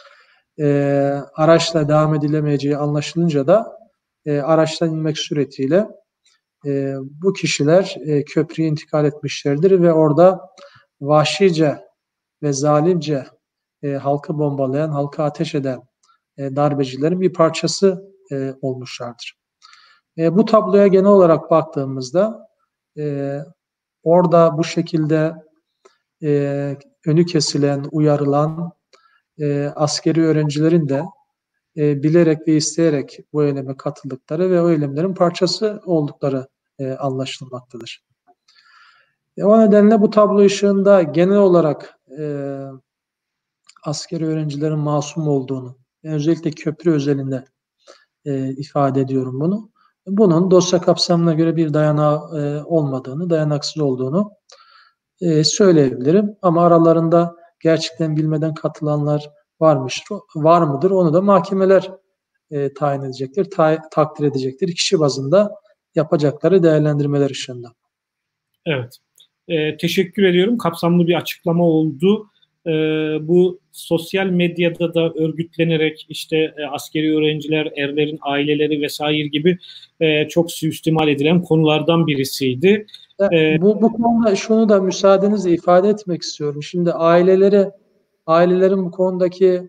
araçla devam edilemeyeceği anlaşılınca da araçtan inmek suretiyle bu kişiler köprüye intikal etmişlerdir ve orada vahşice ve zalimce halkı bombalayan, halka ateş eden darbecilerin bir parçası olmuşlardır. Bu tabloya genel olarak baktığımızda orada bu şekilde önü kesilen, uyarılan askeri öğrencilerin de bilerek ve isteyerek bu eyleme katıldıkları ve o eylemlerin parçası oldukları anlaşılmaktadır. O nedenle bu tablo ışığında genel olarak askeri öğrencilerin masum olduğunu, özellikle köprü özelinde ifade ediyorum bunu. Bunun dosya kapsamına göre bir dayanağı olmadığını, dayanaksız olduğunu söyleyebilirim. Ama aralarında gerçekten bilmeden katılanlar var mıdır? Onu da mahkemeler tayin edecektir, takdir edecektir. Kişi bazında yapacakları değerlendirmeler ışığında. Evet. Teşekkür ediyorum. Kapsamlı bir açıklama oldu. Bu sosyal medyada da örgütlenerek işte askeri öğrenciler, erlerin aileleri vesaire gibi çok suistimal edilen konulardan birisiydi. Bu konuda şunu da müsaadenizle ifade etmek istiyorum. Şimdi ailelerin bu konudaki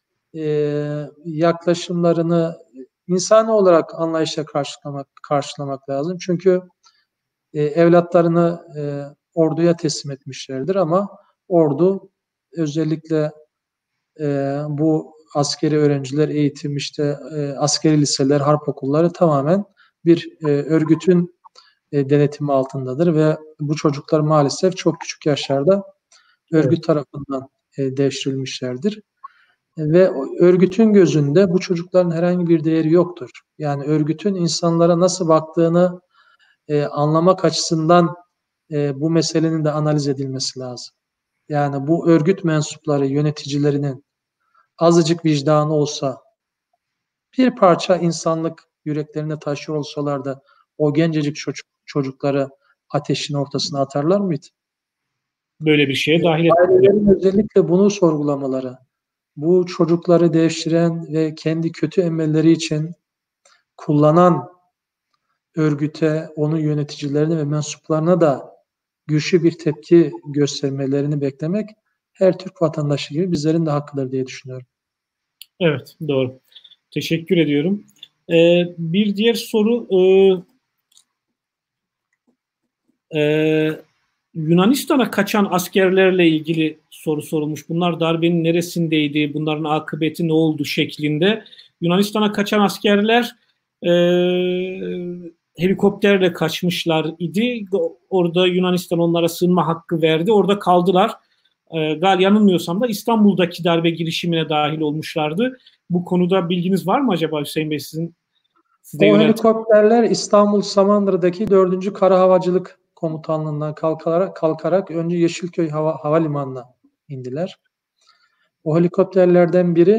yaklaşımlarını insani olarak anlayışla karşılamak lazım. Çünkü evlatlarını orduya teslim etmişlerdir ama ordu özellikle bu askeri öğrenciler eğitim işte askeri liseler, harp okulları tamamen bir örgütün denetimi altındadır ve bu çocuklar maalesef çok küçük yaşlarda örgüt tarafından devşirilmişlerdir. Ve örgütün gözünde bu çocukların herhangi bir değeri yoktur. Yani örgütün insanlara nasıl baktığını anlamak açısından bu meselenin de analiz edilmesi lazım. Yani bu örgüt mensupları, yöneticilerinin azıcık vicdanı olsa, bir parça insanlık yüreklerine taşıyor olsalar da o gencecik çocukları ateşin ortasına atarlar mıydı? Böyle bir şeye dahil Ailelerin özellikle bunu sorgulamaları, bu çocukları devşiren ve kendi kötü emelleri için kullanan örgüte, onun yöneticilerine ve mensuplarına da güçlü bir tepki göstermelerini beklemek her Türk vatandaşı gibi bizlerin de hakkıdır diye düşünüyorum. Evet, doğru. Teşekkür ediyorum. Bir diğer soru Yunanistan'a kaçan askerlerle ilgili soru sorulmuş. Bunlar darbenin neresindeydi, bunların akıbeti ne oldu şeklinde. Yunanistan'a kaçan askerler helikopterle kaçmışlar idi. Orada Yunanistan onlara sığınma hakkı verdi. Orada kaldılar. Yanılmıyorsam da İstanbul'daki darbe girişimine dahil olmuşlardı. Bu konuda bilginiz var mı acaba Hüseyin Bey sizin? O helikopterler İstanbul Samandıra'daki 4. Kara Havacılık Komutanlığı'ndan kalkarak önce Yeşilköy Havalimanı'na indiler. O helikopterlerden biri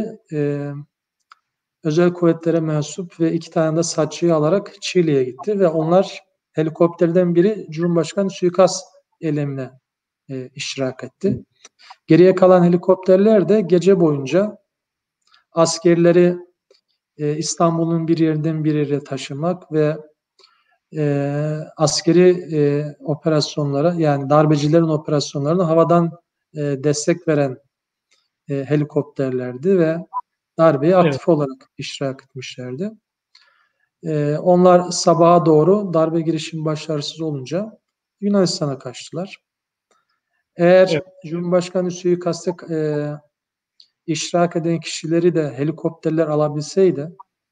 özel kuvvetlere mensup ve 2 tane de SAÇ'yı alarak Çiğli'ye gitti ve onlar helikopterden biri Cumhurbaşkanı suikast eylemine iştirak etti. Geriye kalan helikopterler de gece boyunca askerleri İstanbul'un bir yerinden bir yere taşımak ve askeri operasyonlara yani darbecilerin operasyonlarına havadan destek veren helikopterlerdi ve darbeyi aktif olarak iştirak etmişlerdi. Onlar sabaha doğru darbe girişimi başarısız olunca Yunanistan'a kaçtılar. Eğer Cumhurbaşkanı suikaste iştirak eden kişileri de helikopterler alabilseydi,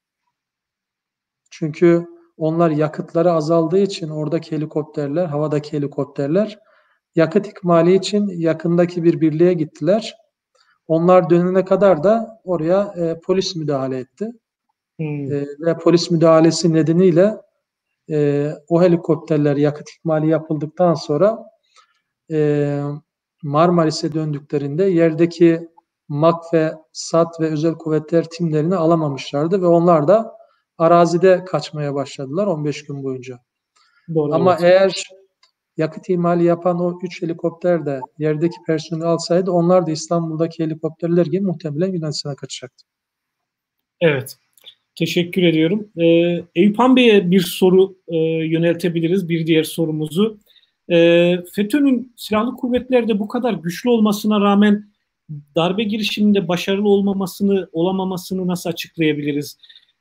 çünkü onlar yakıtları azaldığı için oradaki helikopterler, havadaki helikopterler yakıt ikmali için yakındaki bir birliğe gittiler. Onlar dönene kadar da oraya polis müdahale etti. Ve polis müdahalesi nedeniyle o helikopterler yakıt ikmali yapıldıktan sonra Marmaris'e döndüklerinde yerdeki MAK ve SAT ve özel kuvvetler timlerini alamamışlardı ve onlar da arazide kaçmaya başladılar 15 gün boyunca. Doğru, ama eğer yakıt imali yapan o 3 helikopter de yerdeki personeli alsaydı onlar da İstanbul'daki helikopterler gibi muhtemelen Yunanistan'a kaçacaktı. Evet. Teşekkür ediyorum. Eyüp Han Bey'e bir soru yöneltebiliriz. Bir diğer sorumuzu. FETÖ'nün silahlı kuvvetlerde bu kadar güçlü olmasına rağmen darbe girişiminde başarılı olamamasını nasıl açıklayabiliriz?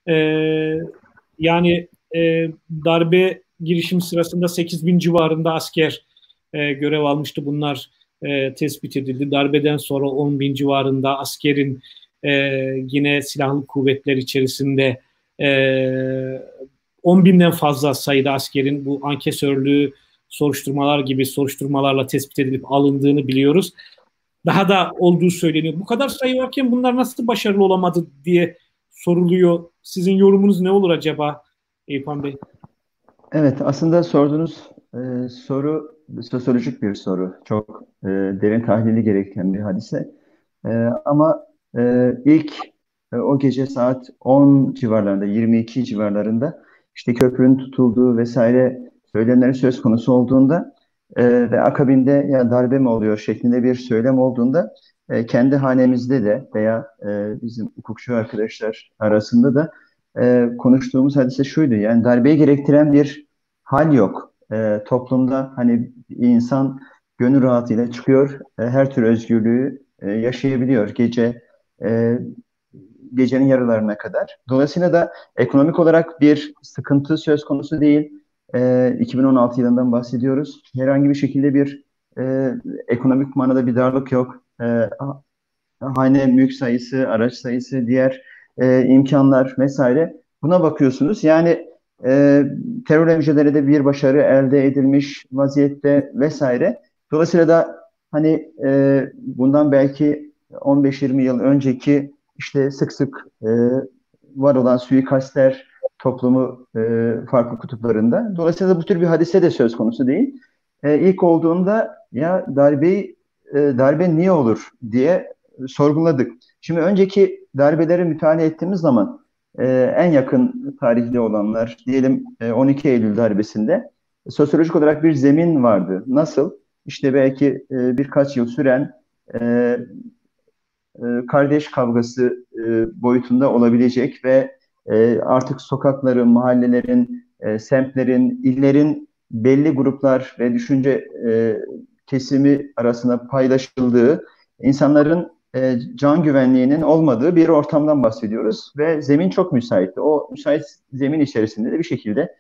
Darbe girişim sırasında 8.000 civarında asker görev almıştı. Bunlar tespit edildi. Darbeden sonra 10.000 civarında askerin yine silahlı kuvvetler içerisinde 10.000'den fazla sayıda askerin bu ankesörlüğü soruşturmalar gibi soruşturmalarla tespit edilip alındığını biliyoruz. Daha da olduğu söyleniyor. Bu kadar sayı varken bunlar nasıl başarılı olamadı diye soruluyor. Sizin yorumunuz ne olur acaba Eyüp Han Bey? Evet, aslında sorduğunuz Soru sosyolojik bir soru. Çok derin tahlili gerektiren bir hadise. Ama ilk o gece saat 10 civarlarında, 22 civarlarında işte köprünün tutulduğu vesaire söylemlerin söz konusu olduğunda ve akabinde ya darbe mi oluyor şeklinde bir söylem olduğunda kendi hanemizde de veya bizim hukukçu arkadaşlar arasında da konuştuğumuz hadise şuydu. Yani darbeyi gerektiren bir hal yok. Toplumda hani bir insan gönül rahatıyla çıkıyor, her tür özgürlüğü yaşayabiliyor e, gecenin yarılarına kadar. Dolayısıyla da ekonomik olarak bir sıkıntı söz konusu değil. 2016 yılından bahsediyoruz. Herhangi bir şekilde bir ekonomik manada bir darlık yok. Hane mülk sayısı, araç sayısı, diğer imkanlar vesaire. Buna bakıyorsunuz. Yani terörle mücadelede bir başarı elde edilmiş vaziyette vesaire. Dolayısıyla da hani bundan belki 15-20 yıl önceki işte sık sık var olan suikastler toplumu farklı kutuplarında. Dolayısıyla da bu tür bir hadise de söz konusu değil. İlk olduğunda ya darbe niye olur diye sorguladık. Şimdi önceki darbeleri müteala ettiğimiz zaman en yakın tarihli olanlar diyelim 12 Eylül darbesinde sosyolojik olarak bir zemin vardı. Nasıl? İşte belki birkaç yıl süren e, kardeş kavgası boyutunda olabilecek ve artık sokakların, mahallelerin, semtlerin, illerin belli gruplar ve düşünce kesimi arasında paylaşıldığı, insanların can güvenliğinin olmadığı bir ortamdan bahsediyoruz ve zemin çok müsaitti. O müsait zemin içerisinde de bir şekilde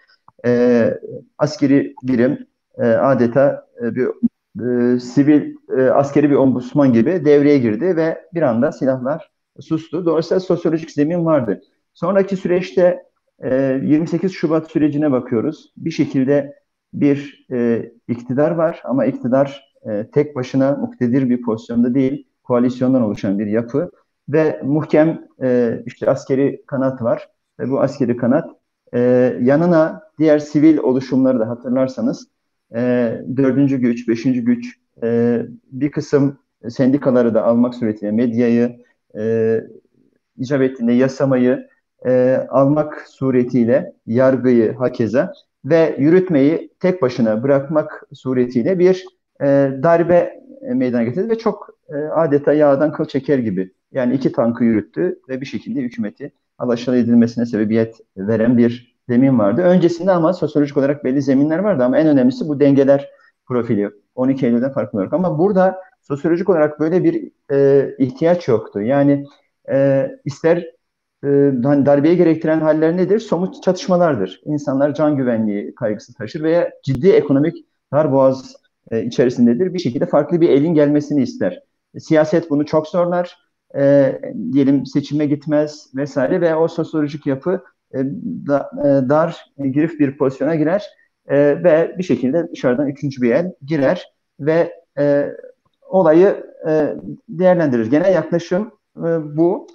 askeri birim adeta bir sivil askeri bir ombudsman gibi devreye girdi ve bir anda silahlar sustu. Dolayısıyla sosyolojik zemin vardı. Sonraki süreçte 28 Şubat sürecine bakıyoruz. Bir şekilde bir iktidar var ama iktidar tek başına muktedir bir pozisyonda değil, koalisyondan oluşan bir yapı ve muhkem işte askeri kanat var ve bu askeri kanat yanına diğer sivil oluşumları da hatırlarsanız dördüncü güç, beşinci güç, bir kısım sendikaları da almak suretiyle medyayı, icap ettiğinde yasamayı almak suretiyle yargıyı hakeza ve yürütmeyi tek başına bırakmak suretiyle bir darbe meydana getirdi ve çok adeta yağdan kıl çeker gibi. Yani iki tankı yürüttü ve bir şekilde hükümeti alaşağı edilmesine sebebiyet veren bir zemin vardı. Öncesinde ama sosyolojik olarak belli zeminler vardı ama en önemlisi bu dengeler profili. 12 Eylül'den farklı olarak. Ama burada sosyolojik olarak böyle bir ihtiyaç yoktu. Yani ister darbeye gerektiren haller nedir? Somut çatışmalardır. İnsanlar can güvenliği kaygısı taşır veya ciddi ekonomik darboğaz içerisindedir. Bir şekilde farklı bir elin gelmesini ister. Siyaset bunu çok zorlar. Diyelim seçime gitmez vesaire ve o sosyolojik yapı dar, girif bir pozisyona girer ve bir şekilde dışarıdan üçüncü bir el girer ve olayı değerlendirir. Genel yaklaşım bu.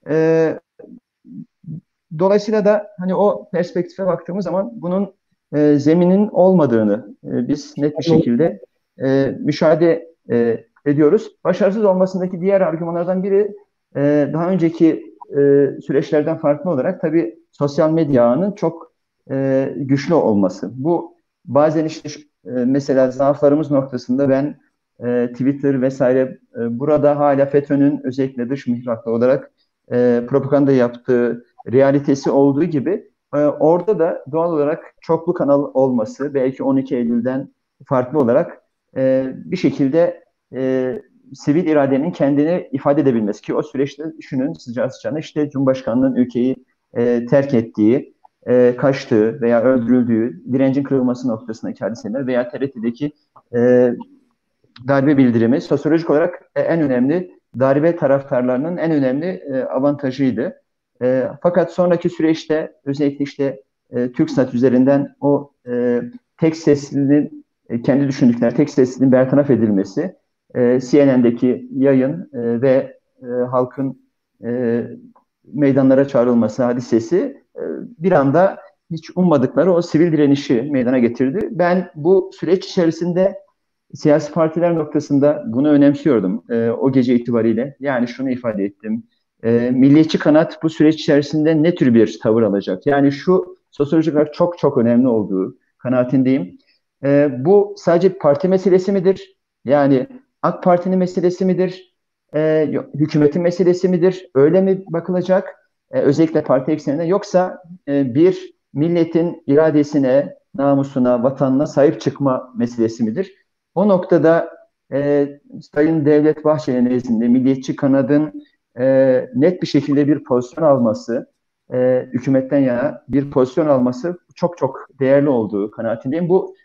Dolayısıyla da hani o perspektife baktığımız zaman bunun zeminin olmadığını biz net bir şekilde müşahede ediyoruz. Başarısız olmasındaki diğer argümanlardan biri daha önceki süreçlerden farklı olarak tabii sosyal medya ağının çok güçlü olması. Bu bazen işte mesela zaaflarımız noktasında ben Twitter vesaire burada hala FETÖ'nün özellikle dış mihraklı olarak propaganda yaptığı realitesi olduğu gibi orada da doğal olarak çoklu kanal olması belki 12 Eylül'den farklı olarak bir şekilde sivil iradenin kendini ifade edebilmesi ki o süreçte düşünün sıcağı sıcağına işte Cumhurbaşkanı'nın ülkeyi terk ettiği, kaçtığı veya öldürüldüğü, direncin kırılması noktasındaki hadiseler veya TRT'deki darbe bildirimi sosyolojik olarak en önemli darbe taraftarlarının en önemli avantajıydı. Fakat sonraki süreçte özellikle işte TürkSat üzerinden o tek seslinin kendi düşündükleri tek seslinin bertaraf edilmesi, CNN'deki yayın ve halkın meydanlara çağrılması hadisesi bir anda hiç ummadıkları o sivil direnişi meydana getirdi. Ben bu süreç içerisinde siyasi partiler noktasında bunu önemsiyordum o gece itibariyle. Yani şunu ifade ettim. Milliyetçi kanat bu süreç içerisinde ne tür bir tavır alacak? Yani şu sosyolojik olarak çok çok önemli olduğu kanaatindeyim. Bu sadece bir parti meselesi midir? Yani AK Parti'nin meselesi midir? Hükümetin meselesi midir? Öyle mi bakılacak? Özellikle parti ekseninde, yoksa bir milletin iradesine, namusuna, vatanına sahip çıkma meselesi midir? O noktada Sayın Devlet Bahçeli nezdinde milliyetçi kanadın net bir şekilde bir pozisyon alması, hükümetten yana bir pozisyon alması çok çok değerli olduğu kanaatindeyim. Bu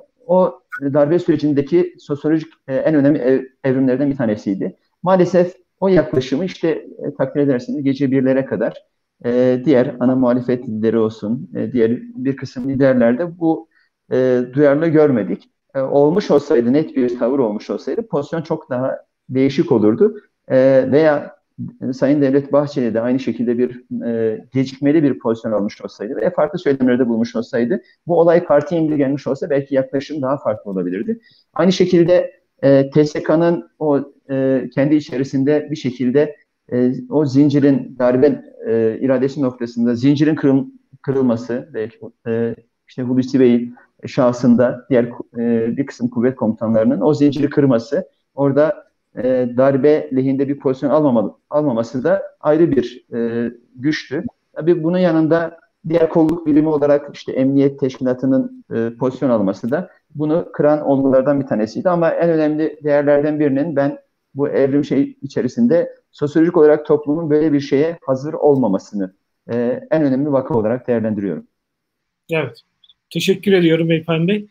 o darbe sürecindeki sosyolojik en önemli evrimlerden bir tanesiydi. Maalesef o yaklaşımı işte takdir edersiniz gece birlere kadar diğer ana muhalefet liderleri olsun, diğer bir kısım liderlerde bu duyarlı görmedik. Olmuş olsaydı, net bir tavır olmuş olsaydı pozisyon çok daha değişik olurdu. Veya Sayın Devlet Bahçeli de aynı şekilde bir gecikmeli bir pozisyon almış olsaydı ve farklı söylemlerde bulmuş olsaydı, bu olay partiye indirgenmiş olsa belki yaklaşım daha farklı olabilirdi. Aynı şekilde TSK'nın o kendi içerisinde bir şekilde o zincirin, darbe iradesi noktasında zincirin kırılması, belki işte Hulusi Bey'in şahsında diğer bir kısım kuvvet komutanlarının o zinciri kırması, orada darbe lehinde bir pozisyon almaması da ayrı bir güçtü. Tabii bunun yanında diğer kolluk birimi olarak işte Emniyet Teşkilatı'nın pozisyon alması da bunu kıran olgulardan bir tanesiydi. Ama en önemli değerlerden birinin ben bu evrim içerisinde sosyolojik olarak toplumun böyle bir şeye hazır olmamasını en önemli vaka olarak değerlendiriyorum. Evet. Teşekkür ediyorum beyefendi.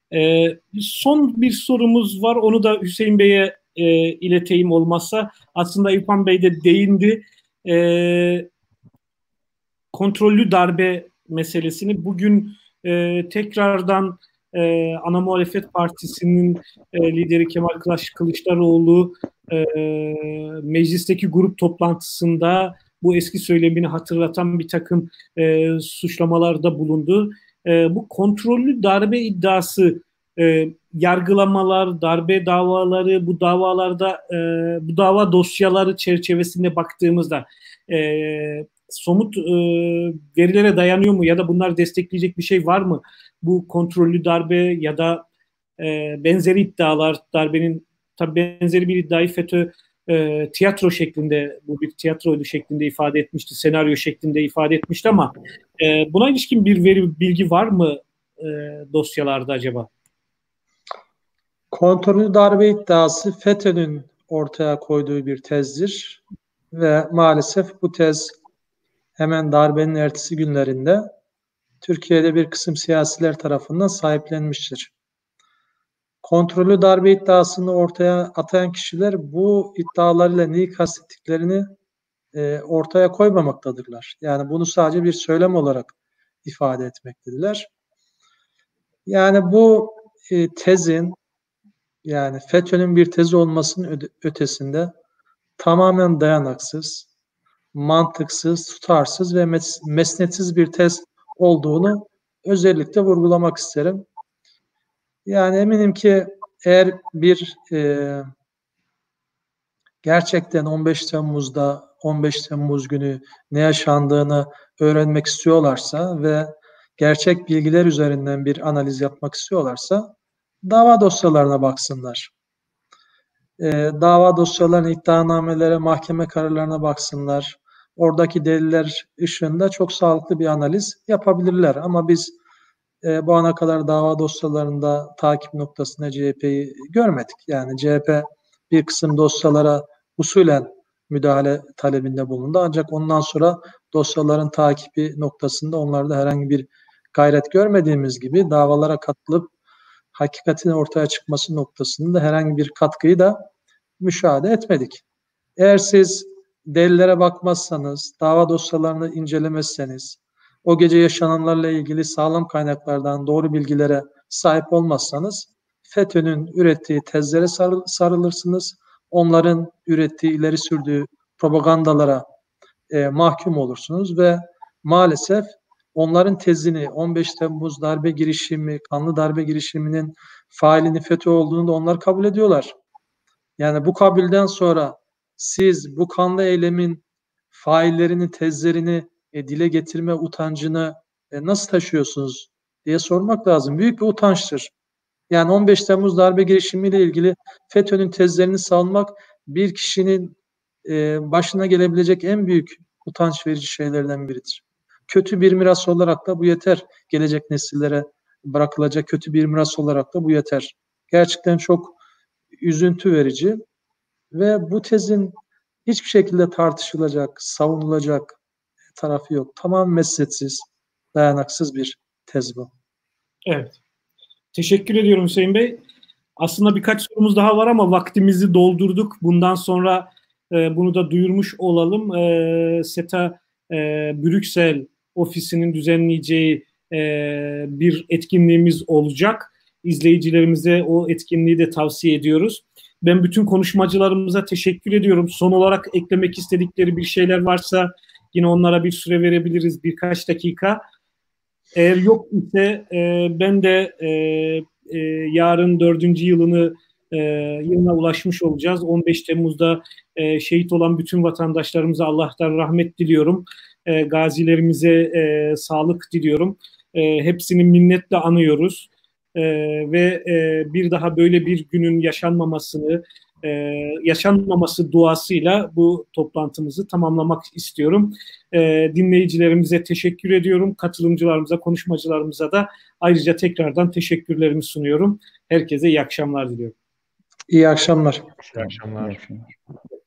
Son bir sorumuz var. Onu da Hüseyin Bey'e ileteyim olmazsa. Aslında İlhan Bey de değindi. Kontrollü darbe meselesini bugün tekrardan Ana Muhalefet Partisi'nin lideri Kemal Kılıçdaroğlu meclisteki grup toplantısında bu eski söylemini hatırlatan bir takım suçlamalarda bulundu. Bu kontrollü darbe iddiası, yargılamalar, darbe davaları, bu davalarda bu dava dosyaları çerçevesinde baktığımızda somut verilere dayanıyor mu ya da bunlar destekleyecek bir şey var mı? Bu kontrollü darbe ya da benzeri iddialar, darbenin tabii benzeri bir iddiayı FETÖ tiyatro şeklinde, bu bir tiyatroydu şeklinde ifade etmişti, senaryo şeklinde ifade etmişti ama buna ilişkin bir bilgi var mı dosyalarda acaba? Kontrollü darbe iddiası FETÖ'nün ortaya koyduğu bir tezdir ve maalesef bu tez hemen darbenin ertesi günlerinde Türkiye'de bir kısım siyasiler tarafından sahiplenmiştir. Kontrollü darbe iddiasını ortaya atan kişiler bu iddialarıyla neyi kastettiklerini ortaya koymamaktadırlar. Yani bunu sadece bir söylem olarak ifade etmektedirler. Yani bu tezin, yani FETÖ'nün bir tezi olmasının ötesinde tamamen dayanaksız, mantıksız, tutarsız ve mesnetsiz bir tez olduğunu özellikle vurgulamak isterim. Yani eminim ki eğer bir gerçekten 15 Temmuz günü ne yaşandığını öğrenmek istiyorlarsa ve gerçek bilgiler üzerinden bir analiz yapmak istiyorlarsa dava dosyalarına baksınlar. Dava dosyalarının iddianamelere, mahkeme kararlarına baksınlar. Oradaki deliller ışığında çok sağlıklı bir analiz yapabilirler. Ama biz bu ana kadar dava dosyalarında takip noktasında CHP'yi görmedik. Yani CHP bir kısım dosyalara usulen müdahale talebinde bulundu. Ancak ondan sonra dosyaların takibi noktasında onlarda herhangi bir gayret görmediğimiz gibi davalara katılıp hakikatin ortaya çıkması noktasında herhangi bir katkıyı da müşahede etmedik. Eğer siz delillere bakmazsanız, dava dosyalarını incelemezseniz, o gece yaşananlarla ilgili sağlam kaynaklardan doğru bilgilere sahip olmazsanız, FETÖ'nün ürettiği tezlere sarılırsınız. Onların ürettiği, ileri sürdüğü propagandalara mahkum olursunuz ve maalesef onların tezini 15 Temmuz darbe girişimi, kanlı darbe girişiminin failini FETÖ olduğunu da onlar kabul ediyorlar. Yani bu kabulden sonra siz bu kanlı eylemin faillerinin tezlerini dile getirme utancını nasıl taşıyorsunuz diye sormak lazım. Büyük bir utançtır. Yani 15 Temmuz darbe girişimiyle ilgili FETÖ'nün tezlerini savunmak bir kişinin başına gelebilecek en büyük utanç verici şeylerden biridir. Kötü bir miras olarak da bu yeter. Gelecek nesillere bırakılacak kötü bir miras olarak da bu yeter. Gerçekten çok üzüntü verici ve bu tezin hiçbir şekilde tartışılacak, savunulacak tarafı yok. Tamamen mesnetsiz, dayanaksız bir tez bu. Evet. Teşekkür ediyorum Hüseyin Bey. Aslında birkaç sorumuz daha var ama vaktimizi doldurduk. Bundan sonra bunu da duyurmuş olalım. SETA Brüksel ofisinin düzenleyeceği bir etkinliğimiz olacak. İzleyicilerimize o etkinliği de tavsiye ediyoruz. Ben bütün konuşmacılarımıza teşekkür ediyorum. Son olarak eklemek istedikleri bir şeyler varsa yine onlara bir süre verebiliriz, birkaç dakika. Eğer yok ise ben de yarın 4. yılına ulaşmış olacağız. 15 Temmuz'da şehit olan bütün vatandaşlarımıza Allah'tan rahmet diliyorum. Gazilerimize sağlık diliyorum. Hepsini minnetle anıyoruz. Ve bir daha böyle bir günün yaşanmaması duasıyla bu toplantımızı tamamlamak istiyorum. Dinleyicilerimize teşekkür ediyorum. Katılımcılarımıza, konuşmacılarımıza da ayrıca tekrardan teşekkürlerimi sunuyorum. Herkese iyi akşamlar diliyorum. İyi akşamlar. İyi akşamlar. İyi akşamlar.